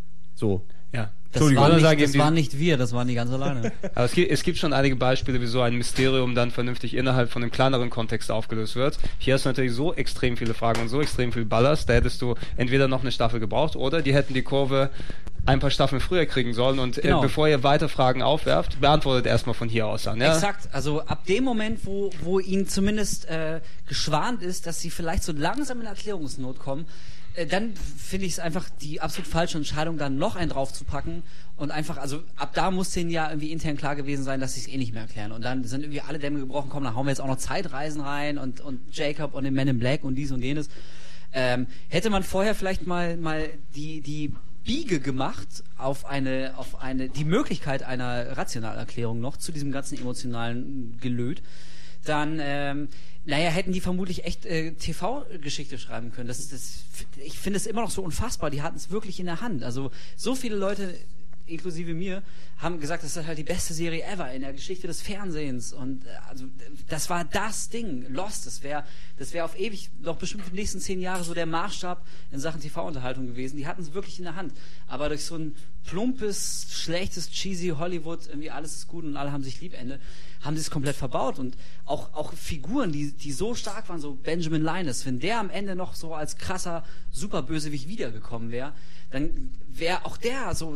So. Ja. Das waren nicht wir, das waren die ganz alleine. Aber es gibt schon einige Beispiele, wie so ein Mysterium dann vernünftig innerhalb von einem kleineren Kontext aufgelöst wird. Hier hast du natürlich so extrem viele Fragen und so extrem viel Ballast, da hättest du entweder noch eine Staffel gebraucht oder die hätten die Kurve ein paar Staffeln früher kriegen sollen und bevor ihr weiter Fragen aufwerft, beantwortet erstmal von hier aus an. Ja? Exakt, also ab dem Moment, wo ihnen zumindest geschwant ist, dass sie vielleicht so langsam in Erklärungsnot kommen, dann finde ich es einfach die absolut falsche Entscheidung, dann noch einen draufzupacken und einfach, also ab da muss denen ja irgendwie intern klar gewesen sein, dass sie es nicht mehr erklären. Und dann sind irgendwie alle Dämme gebrochen, komm, dann hauen wir jetzt auch noch Zeitreisen rein und Jacob und den Men in Black und dies und jenes. Hätte man vorher vielleicht mal die Biege gemacht auf die Möglichkeit einer rationalen Erklärung noch zu diesem ganzen emotionalen Gelöt, dann hätten die vermutlich echt TV-Geschichte schreiben können. Ich finde es immer noch so unfassbar. Die hatten es wirklich in der Hand. Also so viele Leute, inklusive mir, haben gesagt, das ist halt die beste Serie ever in der Geschichte des Fernsehens. Und also das war das Ding. Lost, das wäre auf ewig, noch bestimmt für die nächsten 10 Jahre so der Maßstab in Sachen TV-Unterhaltung gewesen. Die hatten es wirklich in der Hand. Aber durch so ein plumpes, schlechtes, cheesy Hollywood, irgendwie alles ist gut und alle haben sich lieb Ende, haben sie es komplett verbaut. Und auch Figuren, die so stark waren, so Benjamin Linus, wenn der am Ende noch so als krasser Superbösewicht wiedergekommen wäre, dann wäre auch der so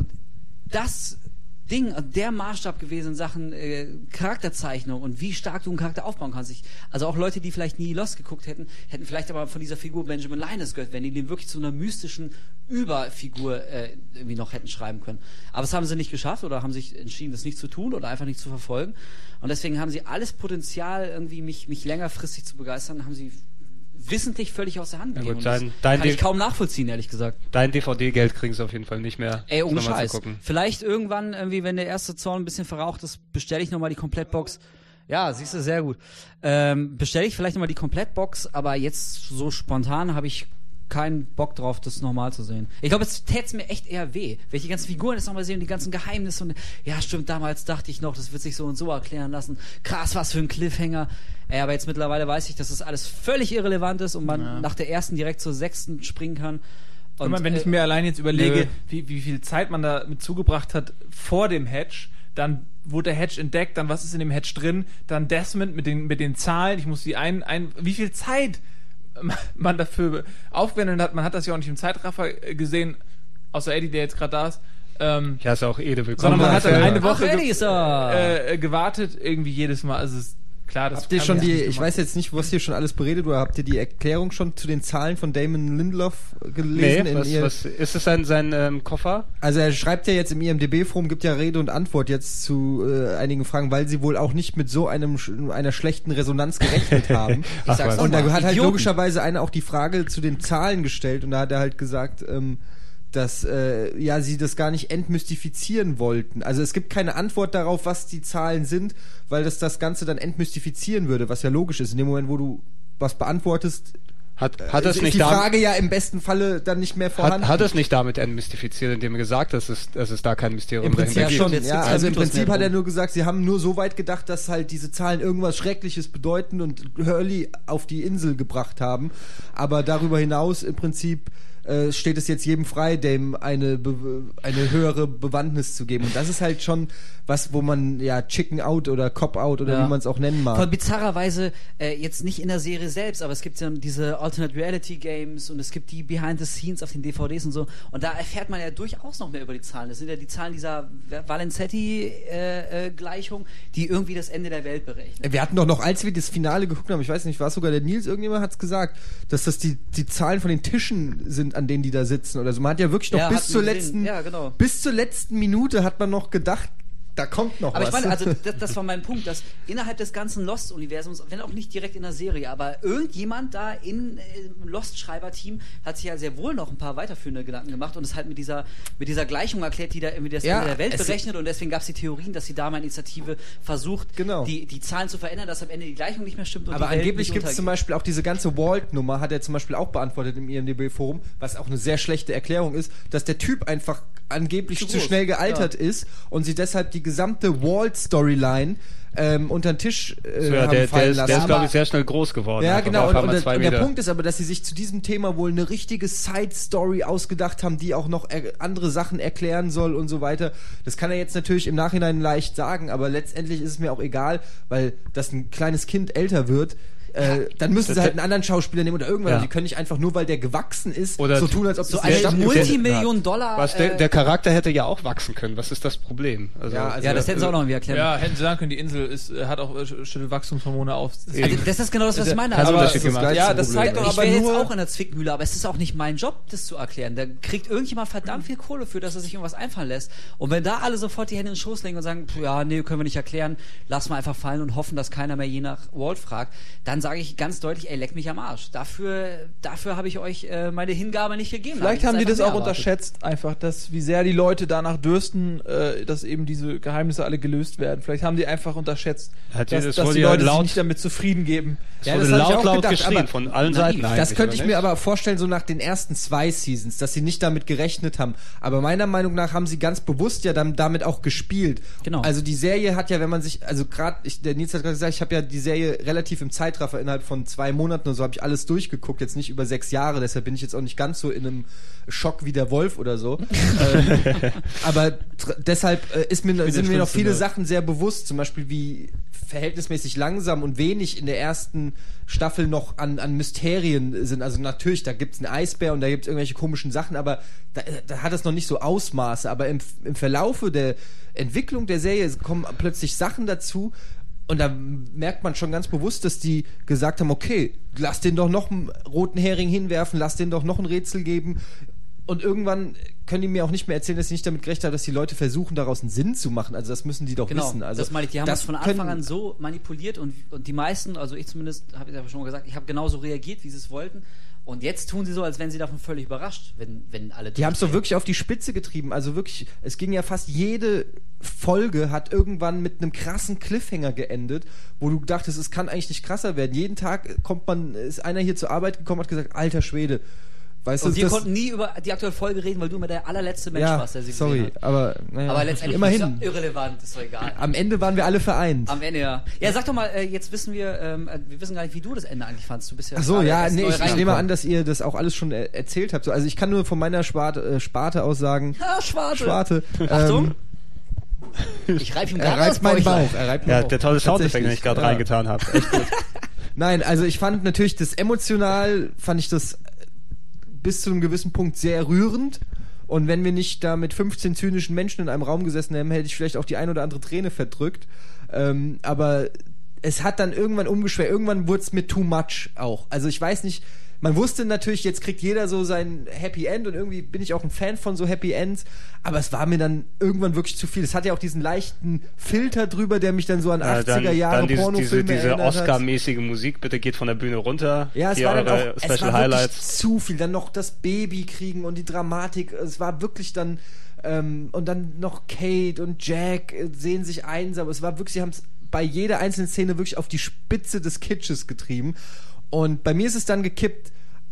das Ding, der Maßstab gewesen in Sachen Charakterzeichnung und wie stark du einen Charakter aufbauen kannst. Also auch Leute, die vielleicht nie Lost geguckt hätten vielleicht aber von dieser Figur Benjamin Linus gehört, wenn die den wirklich zu einer mystischen Überfigur irgendwie noch hätten schreiben können. Aber das haben sie nicht geschafft oder haben sich entschieden, das nicht zu tun oder einfach nicht zu verfolgen. Und deswegen haben sie alles Potenzial, irgendwie mich längerfristig zu begeistern, haben sie wissentlich völlig aus der Hand gegeben. Ja gut, kann ich kaum nachvollziehen, ehrlich gesagt. Dein DVD-Geld kriegst du auf jeden Fall nicht mehr. Ey, ohne Scheiß. Vielleicht irgendwann, irgendwie, wenn der erste Zorn ein bisschen verraucht ist, bestelle ich nochmal die Komplettbox. Ja, siehst du, sehr gut. Bestelle ich vielleicht nochmal die Komplettbox, aber jetzt so spontan habe ich keinen Bock drauf, das nochmal zu sehen. Ich glaube, es täte es mir echt eher weh, wenn ich die ganzen Figuren jetzt nochmal sehe und die ganzen Geheimnisse und ja, stimmt, damals dachte ich noch, das wird sich so und so erklären lassen. Krass, was für ein Cliffhanger. Aber jetzt mittlerweile weiß ich, dass das alles völlig irrelevant ist und man nach der ersten direkt zur 6. springen kann. Und wenn ich mir allein jetzt überlege, wie viel Zeit man da mit zugebracht hat vor dem Hatch, dann wurde der Hatch entdeckt, dann was ist in dem Hatch drin, dann Desmond mit den Zahlen, ich muss die wie viel Zeit man dafür aufgewendet hat, man hat das ja auch nicht im Zeitraffer gesehen, außer Eddie, der jetzt gerade da ist. Ja, ist auch Ede willkommen. Sondern man hat dann eine Woche gewartet, irgendwie jedes Mal. Also klar, das habt ihr schon ich weiß jetzt nicht, was ihr schon alles beredet, oder habt ihr die Erklärung schon zu den Zahlen von Damon Lindelof gelesen? Nee, was ist es sein Koffer? Also er schreibt ja jetzt im IMDb-Forum, gibt ja Rede und Antwort jetzt zu einigen Fragen, weil sie wohl auch nicht mit so einer schlechten Resonanz gerechnet haben. Und da hat halt logischerweise einer auch die Frage zu den Zahlen gestellt und da hat er halt gesagt, dass sie das gar nicht entmystifizieren wollten. Also es gibt keine Antwort darauf, was die Zahlen sind, weil das Ganze dann entmystifizieren würde, was ja logisch ist. In dem Moment, wo du was beantwortest, Hat es nicht die Frage ja im besten Falle dann nicht mehr vorhanden. Hat es nicht damit entmystifiziert, indem er gesagt hat, dass es da kein Mysterium dahinter gibt? Im Prinzip schon, ja. Also im Prinzip hat er nur gesagt, sie haben nur so weit gedacht, dass halt diese Zahlen irgendwas Schreckliches bedeuten und Hurley auf die Insel gebracht haben. Aber darüber hinaus im Prinzip steht es jetzt jedem frei, dem eine höhere Bewandtnis zu geben. Und das ist halt schon was, wo man ja Chicken Out oder Cop Out oder wie man es auch nennen mag. Von bizarrerweise jetzt nicht in der Serie selbst, aber es gibt ja diese Alternate Reality Games und es gibt die Behind the Scenes auf den DVDs und so. Und da erfährt man ja durchaus noch mehr über die Zahlen. Das sind ja die Zahlen dieser Valenzetti-Gleichung, die irgendwie das Ende der Welt berechnen. Wir hatten doch noch, als wir das Finale geguckt haben, ich weiß nicht, war es sogar der Nils, irgendjemand hat es gesagt, dass das die Zahlen von den Tischen sind, an denen die da sitzen oder so. Man hat ja wirklich noch bis zur letzten Minute hat man noch gedacht, da kommt noch aber was. Aber ich meine, also das war mein Punkt, dass innerhalb des ganzen Lost-Universums, wenn auch nicht direkt in der Serie, aber irgendjemand da im Lost-Schreiber-Team hat sich ja sehr wohl noch ein paar weiterführende Gedanken gemacht und es halt mit dieser Gleichung erklärt, die da irgendwie das Ende der Welt berechnet und deswegen gab es die Theorien, dass die Dama-Initiative versucht, die Zahlen zu verändern, dass am Ende die Gleichung nicht mehr stimmt. Und aber angeblich gibt es zum Beispiel auch diese ganze Walt-Nummer, hat er zum Beispiel auch beantwortet im IMDb-Forum, was auch eine sehr schlechte Erklärung ist, dass der Typ einfach angeblich zu schnell gealtert ist und sie deshalb die gesamte Walt-Storyline unter den Tisch haben fallen lassen. Der ist, glaube ich, sehr schnell groß geworden. Ja, genau. Und der Punkt ist aber, dass sie sich zu diesem Thema wohl eine richtige Side-Story ausgedacht haben, die auch noch andere Sachen erklären soll und so weiter. Das kann er jetzt natürlich im Nachhinein leicht sagen, aber letztendlich ist es mir auch egal, weil das ein kleines Kind älter wird. Dann müssen sie halt einen anderen Schauspieler nehmen oder irgendwann. Die können nicht einfach nur, weil der gewachsen ist, oder so tun, als ob so eine Multimillion-Dollar. Der Charakter hätte ja auch wachsen können. Was ist das Problem? Also, das hätten sie auch noch irgendwie erklären. Ja, hätten sie sagen können, die Insel hat auch Wachstumshormone auf. Also das ist genau das, was ich meine. Also, das zeigt doch aber nur... Ich wäre jetzt auch in der Zwickmühle, aber es ist auch nicht mein Job, das zu erklären. Da kriegt irgendjemand verdammt viel Kohle für, dass er sich irgendwas einfallen lässt. Und wenn da alle sofort die Hände in den Schoß legen und sagen, nee, können wir nicht erklären, lassen wir einfach fallen und hoffen, dass keiner mehr je nach Walt fragt, dann sage ich ganz deutlich, leck mich am Arsch. Dafür habe ich euch meine Hingabe nicht gegeben. Vielleicht haben die das auch unterschätzt, einfach, wie sehr die Leute danach dürsten, dass eben diese Geheimnisse alle gelöst werden. Vielleicht haben die einfach unterschätzt, dass die Leute sich nicht damit zufrieden geben. Es wurde laut geschrien von allen Seiten. Das könnte ich mir aber vorstellen, so nach den ersten 2 Seasons, dass sie nicht damit gerechnet haben. Aber meiner Meinung nach haben sie ganz bewusst ja damit auch gespielt. Genau. Also die Serie hat ja, wenn man sich, also gerade, der Nils hat gerade gesagt, ich habe ja die Serie relativ im Zeitraffer innerhalb von 2 Monaten und so habe ich alles durchgeguckt, jetzt nicht über 6 Jahre, deshalb bin ich jetzt auch nicht ganz so in einem Schock wie der Wolf oder so. Aber deshalb sind mir noch viele Sachen sehr bewusst, zum Beispiel wie verhältnismäßig langsam und wenig in der ersten Staffel noch an Mysterien sind. Also natürlich, da gibt es einen Eisbär und da gibt es irgendwelche komischen Sachen, aber da hat es noch nicht so Ausmaße. Aber im Verlaufe der Entwicklung der Serie kommen plötzlich Sachen dazu, und da merkt man schon ganz bewusst, dass die gesagt haben, okay, lass den doch noch einen roten Hering hinwerfen, lass den doch noch ein Rätsel geben. Und irgendwann können die mir auch nicht mehr erzählen, dass ich nicht damit gerechnet habe, dass die Leute versuchen, daraus einen Sinn zu machen. Also das müssen die doch wissen. Also das meine ich, die haben das von Anfang an so manipuliert und die meisten, also ich zumindest, habe ich ja schon mal gesagt, ich habe genauso reagiert, wie sie es wollten. Und jetzt tun sie so, als wären sie davon völlig überrascht, wenn alle... Die haben es doch wirklich auf die Spitze getrieben. Also wirklich, es ging ja fast jede Folge hat irgendwann mit einem krassen Cliffhanger geendet, wo du dachtest, es kann eigentlich nicht krasser werden. Jeden Tag ist einer hier zur Arbeit gekommen und hat gesagt, alter Schwede. Weißt und wir konnten nie über die aktuelle Folge reden, weil du immer der allerletzte Mensch warst, der sie gesehen hat. Aber letztendlich immerhin. Ist ja irrelevant, ist doch egal. Am Ende waren wir alle vereint. Am Ende, ja. Ja, sag doch mal, jetzt wissen wir wissen gar nicht, wie du das Ende eigentlich fandst. Du bist ja Ach so, ja, nee, ich nehme an, dass ihr das auch alles schon erzählt habt. Also ich kann nur von meiner Sparte aus sagen. Ja, Schwarte. Achtung. Ich reibe ihm gerade Er reibt meinen Bauch. Der tolle Soundeffekt, den ich gerade reingetan habe. Echt gut. Nein, also ich fand natürlich fand ich das bis zu einem gewissen Punkt sehr rührend. Und wenn wir nicht da mit 15 zynischen Menschen in einem Raum gesessen hätten, hätte ich vielleicht auch die ein oder andere Träne verdrückt. Aber es hat dann irgendwann umgeschwert. Irgendwann wurde es mir too much auch. Also ich weiß nicht, man wusste natürlich, jetzt kriegt jeder so sein Happy End und irgendwie bin ich auch ein Fan von so Happy Ends, aber es war mir dann irgendwann wirklich zu viel. Es hat ja auch diesen leichten Filter drüber, der mich dann so an 80er Jahre Pornofilme diese Oscar-mäßige Musik, bitte geht von der Bühne runter. Ja, es war dann auch Special Highlights. Zu viel. Dann noch das Baby kriegen und die Dramatik. Es war wirklich dann und dann noch Kate und Jack sehen sich einsam. Es war wirklich, sie haben es bei jeder einzelnen Szene wirklich auf die Spitze des Kitsches getrieben. Und bei mir ist es dann gekippt,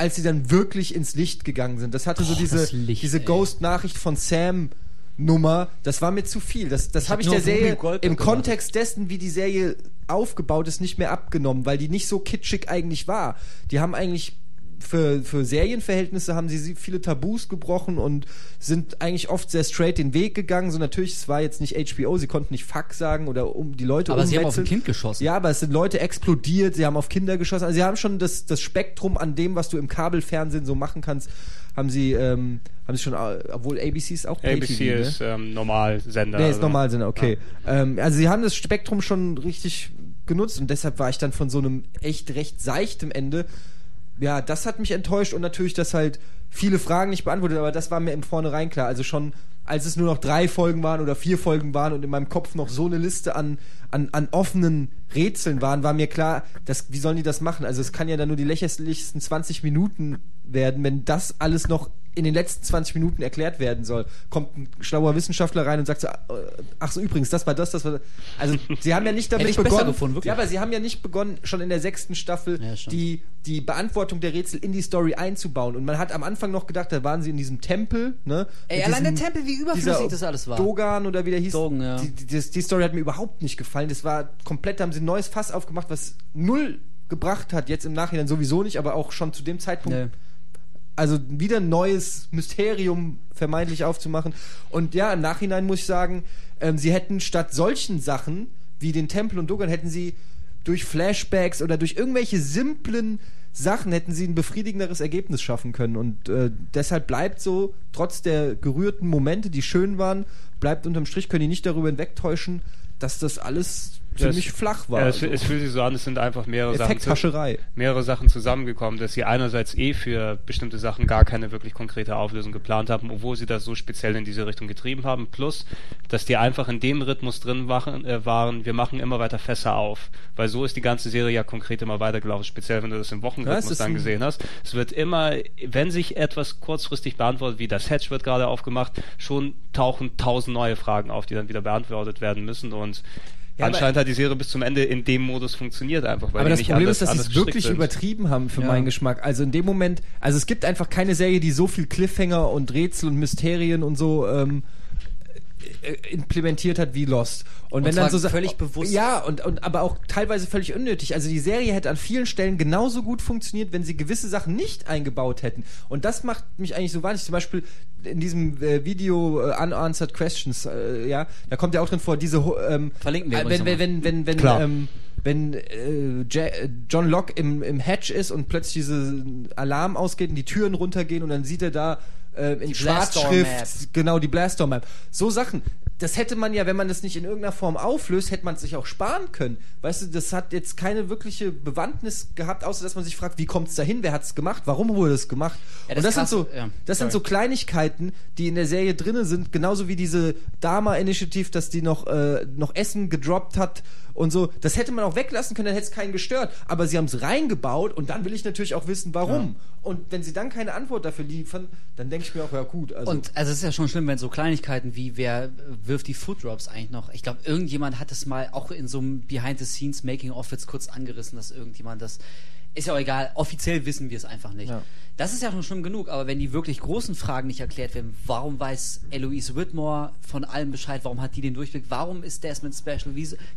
als sie dann wirklich ins Licht gegangen sind. Das hatte so diese Ghost-Nachricht von Sam Nummer, das war mir zu viel. Das habe ich der Serie im Kontext dessen, wie die Serie aufgebaut ist, nicht mehr abgenommen, weil die nicht so kitschig eigentlich war. Die haben eigentlich für Serienverhältnisse haben sie viele Tabus gebrochen und sind eigentlich oft sehr straight den Weg gegangen. So natürlich, es war jetzt nicht HBO, sie konnten nicht Fuck sagen oder um die Leute aber sie haben auf ein Kind geschossen. Ja, aber es sind Leute explodiert, sie haben auf Kinder geschossen. Also sie haben schon das Spektrum an dem, was du im Kabelfernsehen so machen kannst, haben sie schon, obwohl ABC ist auch ABC TV, ist ne? Normalsender. Nee, ist Normalsender, okay. Ja. Also sie haben das Spektrum schon richtig genutzt und deshalb war ich dann von so einem echt recht seichtem Ende. Ja, das hat mich enttäuscht und natürlich, dass halt viele Fragen nicht beantwortet, aber das war mir im Vornherein klar. Also schon, als es nur noch 3 Folgen waren oder 4 Folgen waren und in meinem Kopf noch so eine Liste an offenen Rätseln waren, war mir klar, wie sollen die das machen? Also es kann ja dann nur die lächerlichsten 20 Minuten werden, wenn das alles noch in den letzten 20 Minuten erklärt werden soll. Kommt ein schlauer Wissenschaftler rein und sagt so, ach so, übrigens, das war das. Also, sie haben ja nicht damit begonnen. Gefunden, wirklich. Ja, aber sie haben ja nicht begonnen, schon in der 6. Staffel die Beantwortung der Rätsel in die Story einzubauen. Und man hat am Anfang noch gedacht, da waren sie in diesem Tempel, ne? Ey, allein der Tempel, wie überflüssig das alles war. Dogan oder wie der hieß. Dogen, ja. Die Story hat mir überhaupt nicht gefallen. Das war komplett, da haben sie ein neues Fass aufgemacht, was null gebracht hat. Jetzt im Nachhinein sowieso nicht, aber auch schon zu dem Zeitpunkt. Nee. Also wieder ein neues Mysterium vermeintlich aufzumachen. Und ja, im Nachhinein muss ich sagen, sie hätten statt solchen Sachen wie den Tempel und Dogan, hätten sie durch Flashbacks oder durch irgendwelche simplen Sachen hätten sie ein befriedigenderes Ergebnis schaffen können. Und deshalb bleibt so, trotz der gerührten Momente, die schön waren, bleibt unterm Strich, können die nicht darüber hinwegtäuschen, dass das alles ziemlich flach war. Es fühlt sich so an, es sind einfach mehrere Sachen zusammengekommen, dass sie einerseits für bestimmte Sachen gar keine wirklich konkrete Auflösung geplant haben, obwohl sie das so speziell in diese Richtung getrieben haben, plus, dass die einfach in dem Rhythmus drin waren, wir machen immer weiter Fässer auf, weil so ist die ganze Serie ja konkret immer weitergelaufen, speziell wenn du das im Wochenrhythmus dann gesehen hast. Es wird immer, wenn sich etwas kurzfristig beantwortet, wie das Hatch wird gerade aufgemacht, schon tauchen 1000 neue Fragen auf, die dann wieder beantwortet werden müssen und anscheinend hat die Serie bis zum Ende in dem Modus funktioniert einfach, weil aber das Problem ist, dass sie es wirklich übertrieben haben für meinen Geschmack. Also in dem Moment, also es gibt einfach keine Serie, die so viel Cliffhanger und Rätsel und Mysterien und so implementiert hat wie Lost. Und wenn dann so völlig bewusst. Ja, und aber auch teilweise völlig unnötig. Also die Serie hätte an vielen Stellen genauso gut funktioniert, wenn sie gewisse Sachen nicht eingebaut hätten. Und das macht mich eigentlich so wahnsinnig. Zum Beispiel in diesem Video Unanswered Questions, da kommt ja auch drin vor, diese verlinken wir wenn John Locke im Hatch ist und plötzlich diese Alarm ausgeht und die Türen runtergehen und dann sieht er da in Schwarzschrift, genau, die Blastor-Map. So Sachen, das hätte man ja, wenn man das nicht in irgendeiner Form auflöst, hätte man es sich auch sparen können. Weißt du, das hat jetzt keine wirkliche Bewandtnis gehabt, außer dass man sich fragt, wie kommt es dahin, wer hat es gemacht, warum wurde es gemacht? Ja, und das sind so Kleinigkeiten, die in der Serie drin sind, genauso wie diese Dharma-Initiative, dass die noch Essen gedroppt hat und so. Das hätte man auch weglassen können, dann hätte es keinen gestört. Aber sie haben es reingebaut und dann will ich natürlich auch wissen, warum. Ja. Und wenn sie dann keine Antwort dafür liefern, dann denke ich mir auch, ja gut. Und es ist ja schon schlimm, wenn so Kleinigkeiten wie, wer wirft die Food Drops eigentlich noch? Ich glaube, irgendjemand hat es mal auch in so einem Behind-the-Scenes Making-of jetzt kurz angerissen, dass irgendjemand das... Ist ja auch egal, offiziell wissen wir es einfach nicht. Ja. Das ist ja schon schlimm genug, aber wenn die wirklich großen Fragen nicht erklärt werden, warum weiß Eloise Whitmore von allem Bescheid, warum hat die den Durchblick, warum ist Desmond special,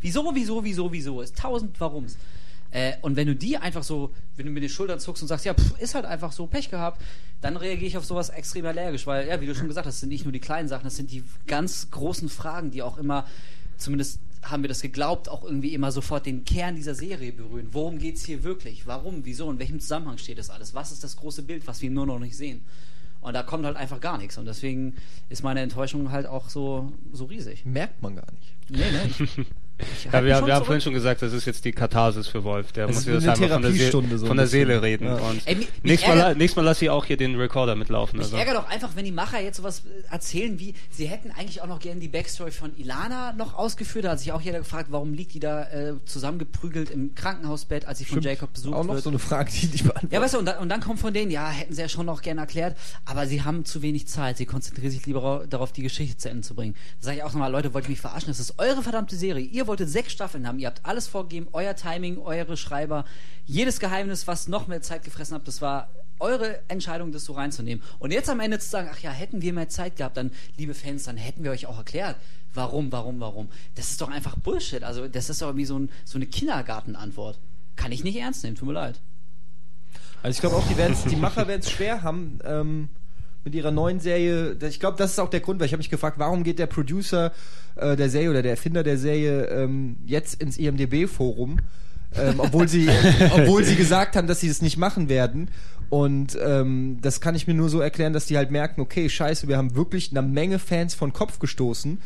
wieso, ist 1000 Warums. Und wenn du die einfach so, wenn du mit den Schultern zuckst und sagst, ja, ist halt einfach so, Pech gehabt, dann reagiere ich auf sowas extrem allergisch, weil, ja, wie du schon gesagt hast, das sind nicht nur die kleinen Sachen, das sind die ganz großen Fragen, die auch immer, zumindest haben wir das geglaubt, auch irgendwie immer sofort den Kern dieser Serie berühren. Worum geht's hier wirklich? Warum? Wieso? In welchem Zusammenhang steht das alles? Was ist das große Bild, was wir nur noch nicht sehen? Und da kommt halt einfach gar nichts. Und deswegen ist meine Enttäuschung halt auch so riesig. Merkt man gar nicht. Nee. Ja, wir haben vorhin schon gesagt, das ist jetzt die Katharsis für Wolf. Der muss jetzt einfach von der Seele reden. Ja. Und nächstes Mal lass sie auch hier den Recorder mitlaufen. Mich ärgert doch einfach, wenn die Macher jetzt sowas erzählen wie, sie hätten eigentlich auch noch gerne die Backstory von Ilana noch ausgeführt. Da hat sich auch jeder gefragt, warum liegt die da zusammengeprügelt im Krankenhausbett, als sie von Jacob besucht wird. Auch noch so eine Frage, die nicht beantwortet. Ja, weißt du, und dann kommt von denen, ja, hätten sie ja schon noch gerne erklärt, aber sie haben zu wenig Zeit. Sie konzentrieren sich lieber darauf, die Geschichte zu Ende zu bringen. Da sage ich auch nochmal, Leute, wollt ihr mich verarschen? Das ist eure verdammte Serie. Ihr wolltet 6 Staffeln haben. Ihr habt alles vorgegeben, euer Timing, eure Schreiber, jedes Geheimnis, was noch mehr Zeit gefressen habt, das war eure Entscheidung, das so reinzunehmen. Und jetzt am Ende zu sagen, ach ja, hätten wir mehr Zeit gehabt, dann, liebe Fans, dann hätten wir euch auch erklärt, warum. Das ist doch einfach Bullshit. Also das ist doch irgendwie so eine Kindergartenantwort. Kann ich nicht ernst nehmen, tut mir leid. Also ich glaube auch, die Macher werden es schwer haben, mit ihrer neuen Serie. Ich glaube, das ist auch der Grund, weil ich habe mich gefragt, warum geht der Producer der Serie oder der Erfinder der Serie jetzt ins IMDb-Forum, obwohl sie gesagt haben, dass sie das nicht machen werden. Und das kann ich mir nur so erklären, dass die halt merken, okay, scheiße, wir haben wirklich eine Menge Fans von Kopf gestoßen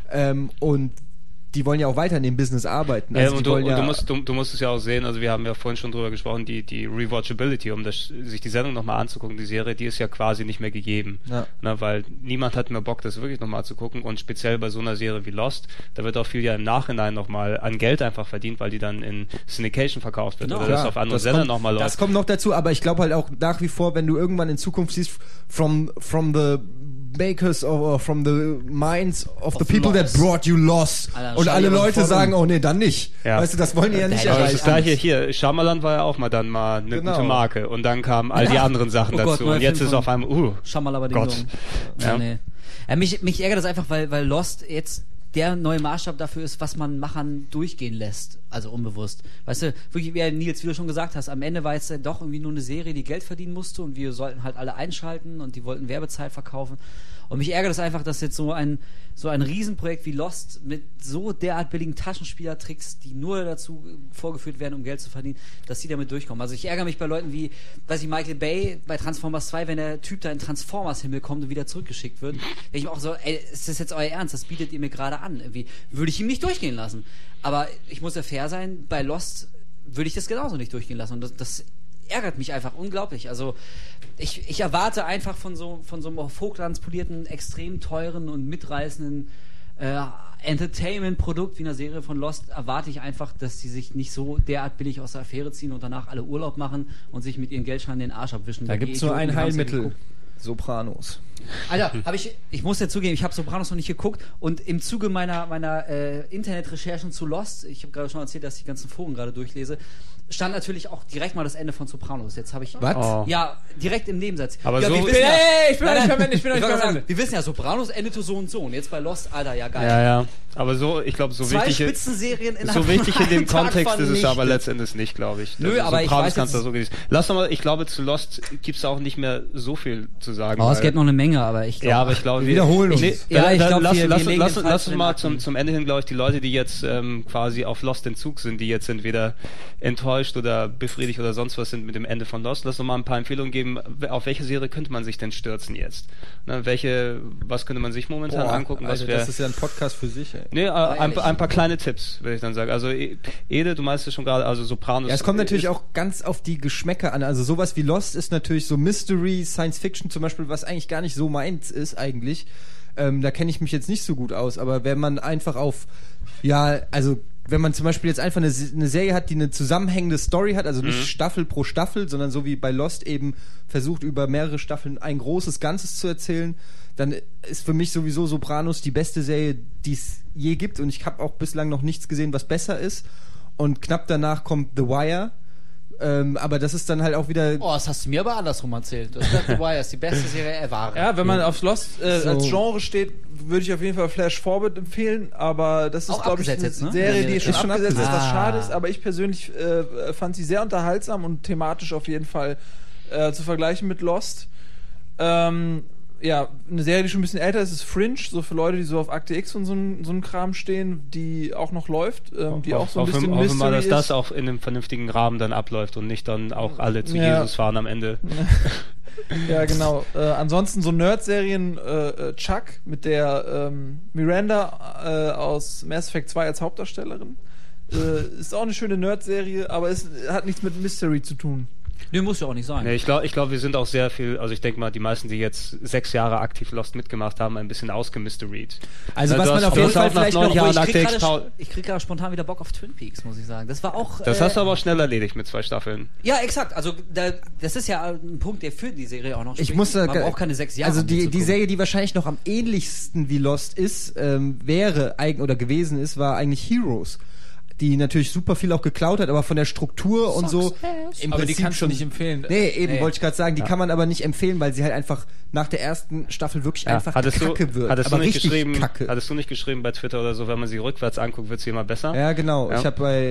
und die wollen ja auch weiter in dem Business arbeiten. Also du musst es ja auch sehen, also wir haben ja vorhin schon drüber gesprochen, die Rewatchability, sich die Sendung nochmal anzugucken, die Serie, die ist ja quasi nicht mehr gegeben. Ja. Na, weil niemand hat mehr Bock, das wirklich nochmal zu gucken, und speziell bei so einer Serie wie Lost, da wird auch viel ja im Nachhinein nochmal an Geld einfach verdient, weil die dann in Syndication verkauft wird, oder das auf anderen Sendern nochmal läuft. Das kommt noch dazu, aber ich glaube halt auch nach wie vor, wenn du irgendwann in Zukunft siehst, from the makers or from the minds of the people that brought you Lost, und alle Leute sagen, oh nee, dann nicht. Ja. Weißt du, das wollen die ja nicht erreichen. Das ist gleiche hier. Shyamalan war ja auch mal eine gute Marke, und dann kamen all die anderen Sachen dazu, Gott, und jetzt ist auf einmal, Gott. Ja. Nee. Mich ärgert das einfach, weil Lost jetzt der neue Maßstab dafür ist, was man Machern durchgehen lässt, also unbewusst. Weißt du, wirklich, Nils, wie du schon gesagt hast, am Ende war jetzt doch irgendwie nur eine Serie, die Geld verdienen musste, und wir sollten halt alle einschalten, und die wollten Werbezeit verkaufen. Und mich ärgert es einfach, dass jetzt so ein Riesenprojekt wie Lost mit so derart billigen Taschenspielertricks, die nur dazu vorgeführt werden, um Geld zu verdienen, dass die damit durchkommen. Also ich ärgere mich bei Leuten wie, Michael Bay bei Transformers 2, wenn der Typ da in Transformers-Himmel kommt und wieder zurückgeschickt wird. Wenn ich mir auch so, ist das jetzt euer Ernst? Das bietet ihr mir gerade an. Irgendwie würde ich ihm nicht durchgehen lassen. Aber ich muss ja fair sein, bei Lost würde ich das genauso nicht durchgehen lassen. Und das ärgert mich einfach unglaublich. Also ich erwarte einfach von so einem auf Hochglanz polierten, extrem teuren und mitreißenden Entertainment-Produkt wie einer Serie von Lost, erwarte ich einfach, dass die sich nicht so derart billig aus der Affäre ziehen und danach alle Urlaub machen und sich mit ihren Geldscheinen den Arsch abwischen. Da gibt es nur ein Heilmittel. Sopranos. Alter, ich muss ja zugeben, ich habe Sopranos noch nicht geguckt, und im Zuge meiner Internetrecherchen zu Lost, ich habe gerade schon erzählt, dass ich die ganzen Foren gerade durchlese, stand natürlich auch direkt mal das Ende von Sopranos. Jetzt habe ich... Was? Oh. Ja, direkt im Nebensatz. Aber ja, so... ich bin noch nicht sagen, wir wissen ja, Sopranos endete so und so, und jetzt bei Lost, Alter, ja geil. Ja. Aber so, ich glaube, so wichtig in dem Kontext ist es aber letztendlich nicht, glaube ich. Nö, aber ich weiß kannst du so genießen. Lass doch mal, ich glaube, zu Lost gibt es auch nicht mehr so viel zu sagen. Es gibt noch eine Menge, aber ich glaube... Ja, aber ich glaube, wir wiederholen uns. Lass uns mal zum Ende hin, glaube ich, die Leute, die jetzt quasi auf Lost Entzug sind, die jetzt entweder enttäuscht oder befriedigt oder sonst was sind mit dem Ende von Lost, lass uns mal ein paar Empfehlungen geben, auf welche Serie könnte man sich denn stürzen jetzt? Ne, was könnte man sich momentan angucken? Alter, das ist ja ein Podcast für sich, ey. Nee, ein paar kleine Tipps, würde ich dann sagen. Also Ede, du meinst ja schon gerade, also Sopranos. Ja, es kommt natürlich auch ganz auf die Geschmäcker an. Also sowas wie Lost ist natürlich so Mystery, Science Fiction zum Beispiel, was eigentlich gar nicht so meins ist eigentlich. Da kenne ich mich jetzt nicht so gut aus, aber wenn man einfach wenn man zum Beispiel jetzt einfach eine Serie hat, die eine zusammenhängende Story hat, also nicht Staffel pro Staffel, sondern so wie bei Lost eben versucht, über mehrere Staffeln ein großes Ganzes zu erzählen, dann ist für mich sowieso Sopranos die beste Serie, die es je gibt, und ich habe auch bislang noch nichts gesehen, was besser ist, und knapp danach kommt The Wire. Aber das ist dann halt auch wieder... das hast du mir aber andersrum erzählt. The Wire ist die beste Serie ever. Ja, wenn man auf Lost als Genre steht, würde ich auf jeden Fall Flash Forward empfehlen, aber das ist, glaube ich, eine Serie, die schon abgesetzt ist, was schade ist, aber ich persönlich fand sie sehr unterhaltsam und thematisch auf jeden Fall zu vergleichen mit Lost. Ja, eine Serie, die schon ein bisschen älter ist, ist Fringe, so für Leute, die so auf Akte X und so ein Kram stehen, die auch noch läuft, die auch so ein bisschen Mystery ist. Hoffen wir mal, dass das auch in einem vernünftigen Rahmen dann abläuft und nicht dann auch alle zu Jesus fahren am Ende. Ja, genau. Ansonsten so Nerd-Serien, Chuck mit der Miranda aus Mass Effect 2 als Hauptdarstellerin. Ist auch eine schöne Nerd-Serie, aber es hat nichts mit Mystery zu tun. Nee, muss ja auch nicht sein. Nee, ich glaube, wir sind auch sehr viel, also ich denke mal, die meisten, die jetzt 6 Jahre aktiv Lost mitgemacht haben, ein bisschen ausgemysteried. Also was man auf jeden Fall vielleicht noch... Ich krieg gerade spontan wieder Bock auf Twin Peaks, muss ich sagen. Das war auch... Das hast du aber auch schnell erledigt mit 2 Staffeln. Ja, exakt. Also das ist ja ein Punkt, der für die Serie auch noch spricht. Man braucht keine 6 Jahre. Also die Serie, die wahrscheinlich noch am ähnlichsten wie Lost ist, gewesen ist, war eigentlich Heroes. die natürlich super viel auch geklaut hat, aber von der Struktur und so. Aber Prinzip die kannst du nicht empfehlen. Nee, eben, wollte ich gerade sagen, die kann man aber nicht empfehlen, weil sie halt einfach nach der ersten Staffel wirklich einfach kacke wird. Hattest du nicht geschrieben bei Twitter oder so, wenn man sie rückwärts anguckt, wird sie immer besser? Ja, genau. Ja.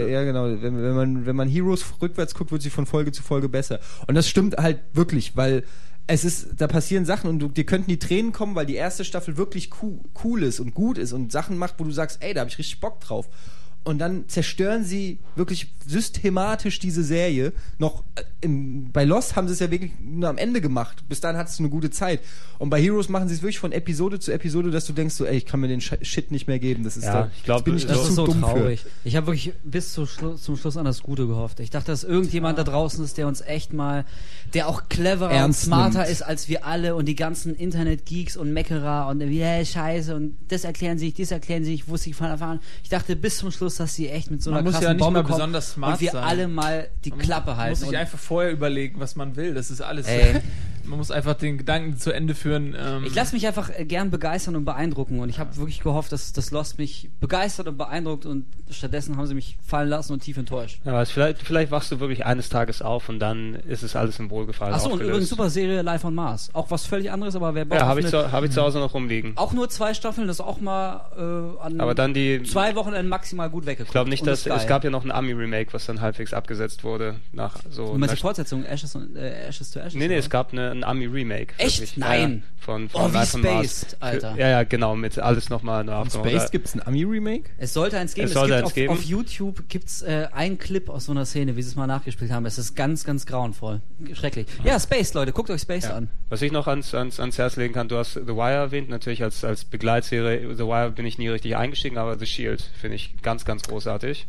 Wenn man Heroes rückwärts guckt, wird sie von Folge zu Folge besser. Und das stimmt halt wirklich, weil da passieren Sachen und dir könnten die Tränen kommen, weil die erste Staffel wirklich cool ist und gut ist und Sachen macht, wo du sagst, ey, da hab ich richtig Bock drauf. Und dann zerstören sie wirklich systematisch diese Serie. Noch bei Lost haben sie es ja wirklich nur am Ende gemacht. Bis dahin hattest du eine gute Zeit. Und bei Heroes machen sie es wirklich von Episode zu Episode, dass du denkst so, ey, ich kann mir den Shit nicht mehr geben. Das ist ich glaube, das ist so traurig. Ich habe wirklich bis zum Schluss an das Gute gehofft. Ich dachte, dass irgendjemand da draußen ist, der uns echt mal, der auch cleverer und smarter ist als wir alle und die ganzen Internet-Geeks und Meckerer und Scheiße und das erklären sich, ich wusste von Anfang an. Ich dachte bis zum Schluss, dass sie echt mit so einer krassen Bombe kommen besonders smart und wir sein. alle mal die Klappe halten. Man muss sich einfach vorher überlegen, was man will. Das ist alles. Man muss einfach den Gedanken zu Ende führen. Ich lasse mich einfach gern begeistern und beeindrucken und ich habe wirklich gehofft, dass das Lost mich begeistert und beeindruckt und stattdessen haben sie mich fallen lassen und tief enttäuscht. Ja, also vielleicht wachst du wirklich eines Tages auf und dann ist es alles im Wohlgefallen Achso, und aufgelöst. übrigens super Serie Live on Mars. Auch was völlig anderes, aber wer Bock habe ich zu Hause noch rumliegen. Auch nur 2 Staffeln, das auch mal an aber dann 2 Wochenenden maximal gut weggekommen. Ich glaube nicht, dass es gab ja noch ein Ami-Remake, was dann halbwegs abgesetzt wurde. Nach so du meinst die Fortsetzung Ashes to Ashes? Nee, es gab ein Ami-Remake. Echt? Wirklich. Nein. Von wie Life on Mars. Spaced, Alter. Ja, genau, mit alles nochmal nach. Von Spaced gibt's ein Ami-Remake? Es sollte eins geben. Auf YouTube gibt's einen Clip aus so einer Szene, wie sie es mal nachgespielt haben. Es ist ganz, ganz grauenvoll. Schrecklich. Ja, Spaced, Leute, guckt euch Spaced an. Was ich noch ans Herz legen kann, du hast The Wire erwähnt, natürlich als Begleitserie. The Wire bin ich nie richtig eingestiegen, aber The Shield finde ich ganz, ganz großartig.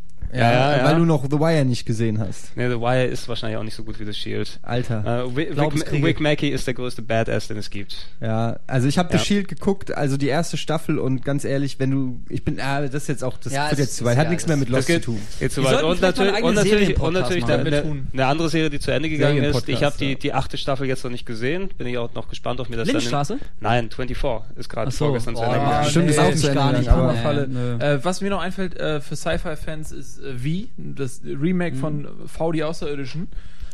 Ja, weil du noch The Wire nicht gesehen hast. Nee, The Wire ist wahrscheinlich auch nicht so gut wie The Shield. Alter. Rick Mackey ist der größte Badass, den es gibt. Ja, also ich habe The Shield geguckt, also die erste Staffel und ganz ehrlich, das ist jetzt auch, das wird jetzt zu weit, hat nichts mehr mit Lost zu tun. Geht zu weit. Und natürlich eine andere Serie, die zu Ende gegangen ist. Ich habe die 8. Staffel jetzt noch nicht gesehen, bin ich auch noch gespannt, ob mir das Lindenstraße? Nein, 24 ist gerade vorgestern zu Ende gegangen. Stimmt, ist auch zu Ende gar nicht. Was mir noch einfällt für Sci-Fi-Fans ist das Remake von V, die Außerirdischen.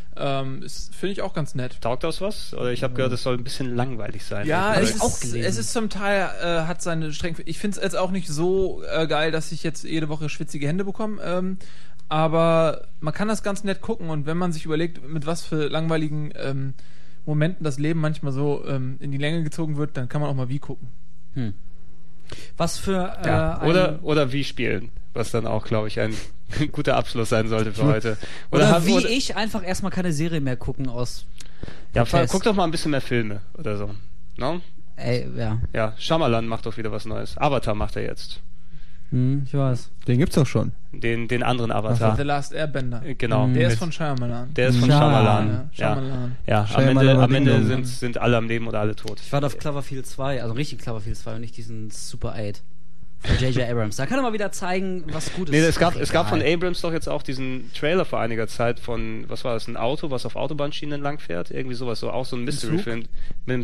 Finde ich auch ganz nett. Taugt das was? Oder ich habe gehört, es soll ein bisschen langweilig sein. Ja, es ist zum Teil, hat seine Stränge. Ich finde es jetzt auch nicht so geil, dass ich jetzt jede Woche schwitzige Hände bekomme. Aber man kann das ganz nett gucken und wenn man sich überlegt, mit was für langweiligen Momenten das Leben manchmal so in die Länge gezogen wird, dann kann man auch mal wie gucken. Was für oder wie spielen, was dann auch, glaube ich, ein guter Abschluss sein sollte für heute. Oder ich einfach erstmal keine Serie mehr gucken aus. Ja, guck doch mal ein bisschen mehr Filme oder so. No? Ja, Shyamalan macht doch wieder was Neues. Avatar macht er jetzt. Ich weiß. Den gibt's doch schon. Den anderen Avatar. The Last Airbender. Genau. Der ist von Shyamalan. Der ist von Shyamalan. Ja, am Ende sind alle am Leben oder alle tot. Ich warte auf Cloverfield 2, also richtig Cloverfield 2 und nicht diesen Super 8 von J.J. Abrams. Da kann er mal wieder zeigen, was gut ist. Nee, es gab von Abrams doch jetzt auch diesen Trailer vor einiger Zeit von, was war das, ein Auto, was auf Autobahnschienen lang fährt? Irgendwie sowas, auch so ein Mystery-Film. Nein,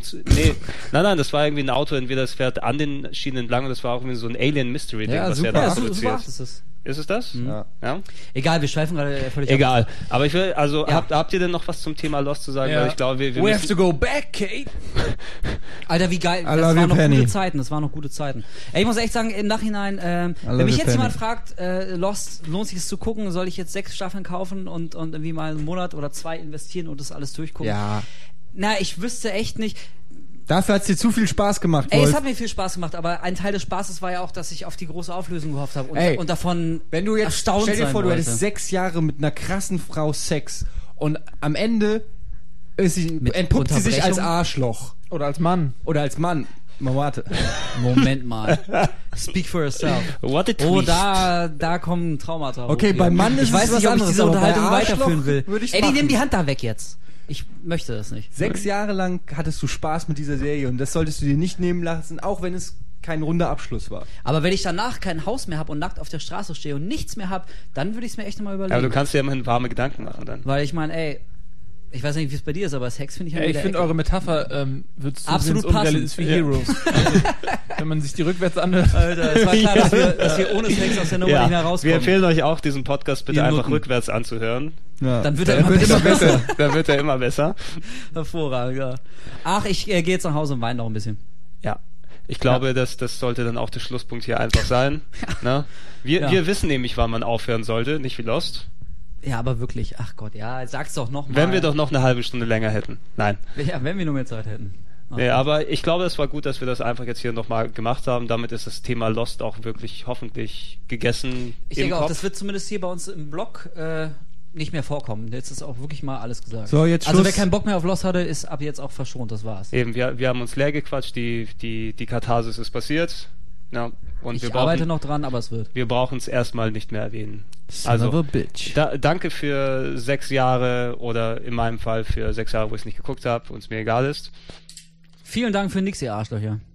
das war irgendwie ein Auto, entweder es fährt an den Schienen entlang und das war auch irgendwie so ein Alien-Mystery-Ding, was er da produziert. Ist es das? Ja. Egal, wir schweifen gerade völlig ab. Aber ich will, habt ihr denn noch was zum Thema Lost zu sagen? Ja. Weil ich glaube, wir have to go back, Kate! Alter, wie geil. Das waren noch gute Zeiten. Ey, ich muss echt sagen, im Nachhinein, wenn mich jetzt jemand fragt, Lost, lohnt sich es zu gucken, soll ich jetzt 6 Staffeln kaufen und irgendwie mal einen Monat oder 2 investieren und das alles durchgucken? Ja. Na, ich wüsste echt nicht. Dafür hat's dir zu viel Spaß gemacht, Wolf. Ey, es hat mir viel Spaß gemacht, aber ein Teil des Spaßes war ja auch, dass ich auf die große Auflösung gehofft habe und davon wenn du jetzt erstaunt stell dir vor, du wollte. hättest 6 Jahre mit einer krassen Frau Sex und am Ende entpuppt sie sich als Arschloch. Oder als Mann. Warte. Moment mal. Speak for yourself. What a twist. Da kommen Traumata. Okay, beim Mann ist ich weiß nicht, ob ich diese Unterhaltung weiterführen will. Ey, nimm die Hand da weg jetzt. Ich möchte das nicht. 6 Jahre lang hattest du Spaß mit dieser Serie und das solltest du dir nicht nehmen lassen, auch wenn es kein runder Abschluss war. Aber wenn ich danach kein Haus mehr habe und nackt auf der Straße stehe und nichts mehr habe, dann würde ich es mir echt nochmal überlegen. Aber du kannst dir immerhin warme Gedanken machen dann. Weil ich meine, ey, ich weiß nicht, wie es bei dir ist, aber Sex finde ich halt ich finde eure Metapher wird absolut passend für Heroes. Wenn man sich die rückwärts anhört. Alter, es war klar, dass wir ohne Sex aus der Nummer nicht mehr rauskommen. Wir empfehlen euch auch, diesen Podcast bitte einfach rückwärts anzuhören. Ja. Dann wird er immer besser. Dann wird er immer besser. Hervorragend, ja. Ach, ich gehe jetzt nach Hause und weine noch ein bisschen. Ja. Ich glaube, das sollte dann auch der Schlusspunkt hier einfach sein. Ne? Wir wissen nämlich, wann man aufhören sollte, nicht wie Lost. Ja, aber wirklich, ach Gott, ja, sag's doch noch mal. Wenn wir doch noch eine halbe Stunde länger hätten. Nein. Ja, wenn wir nur mehr Zeit hätten. Okay. Ja, aber ich glaube, es war gut, dass wir das einfach jetzt hier nochmal gemacht haben. Damit ist das Thema Lost auch wirklich hoffentlich gegessen. Ich denke auch, das wird zumindest hier bei uns im Blog nicht mehr vorkommen. Jetzt ist auch wirklich mal alles gesagt. So, jetzt also wer keinen Bock mehr auf Lost hatte, ist ab jetzt auch verschont, das war's. Eben, wir haben uns leer gequatscht, die Katharsis ist passiert. Ja, und ich arbeite noch dran, aber es wird. Wir brauchen es erstmal nicht mehr erwähnen. Son of a bitch. Danke für 6 Jahre oder in meinem Fall für 6 Jahre, wo ich es nicht geguckt habe und es mir egal ist. Vielen Dank für nix, ihr Arschlöcher.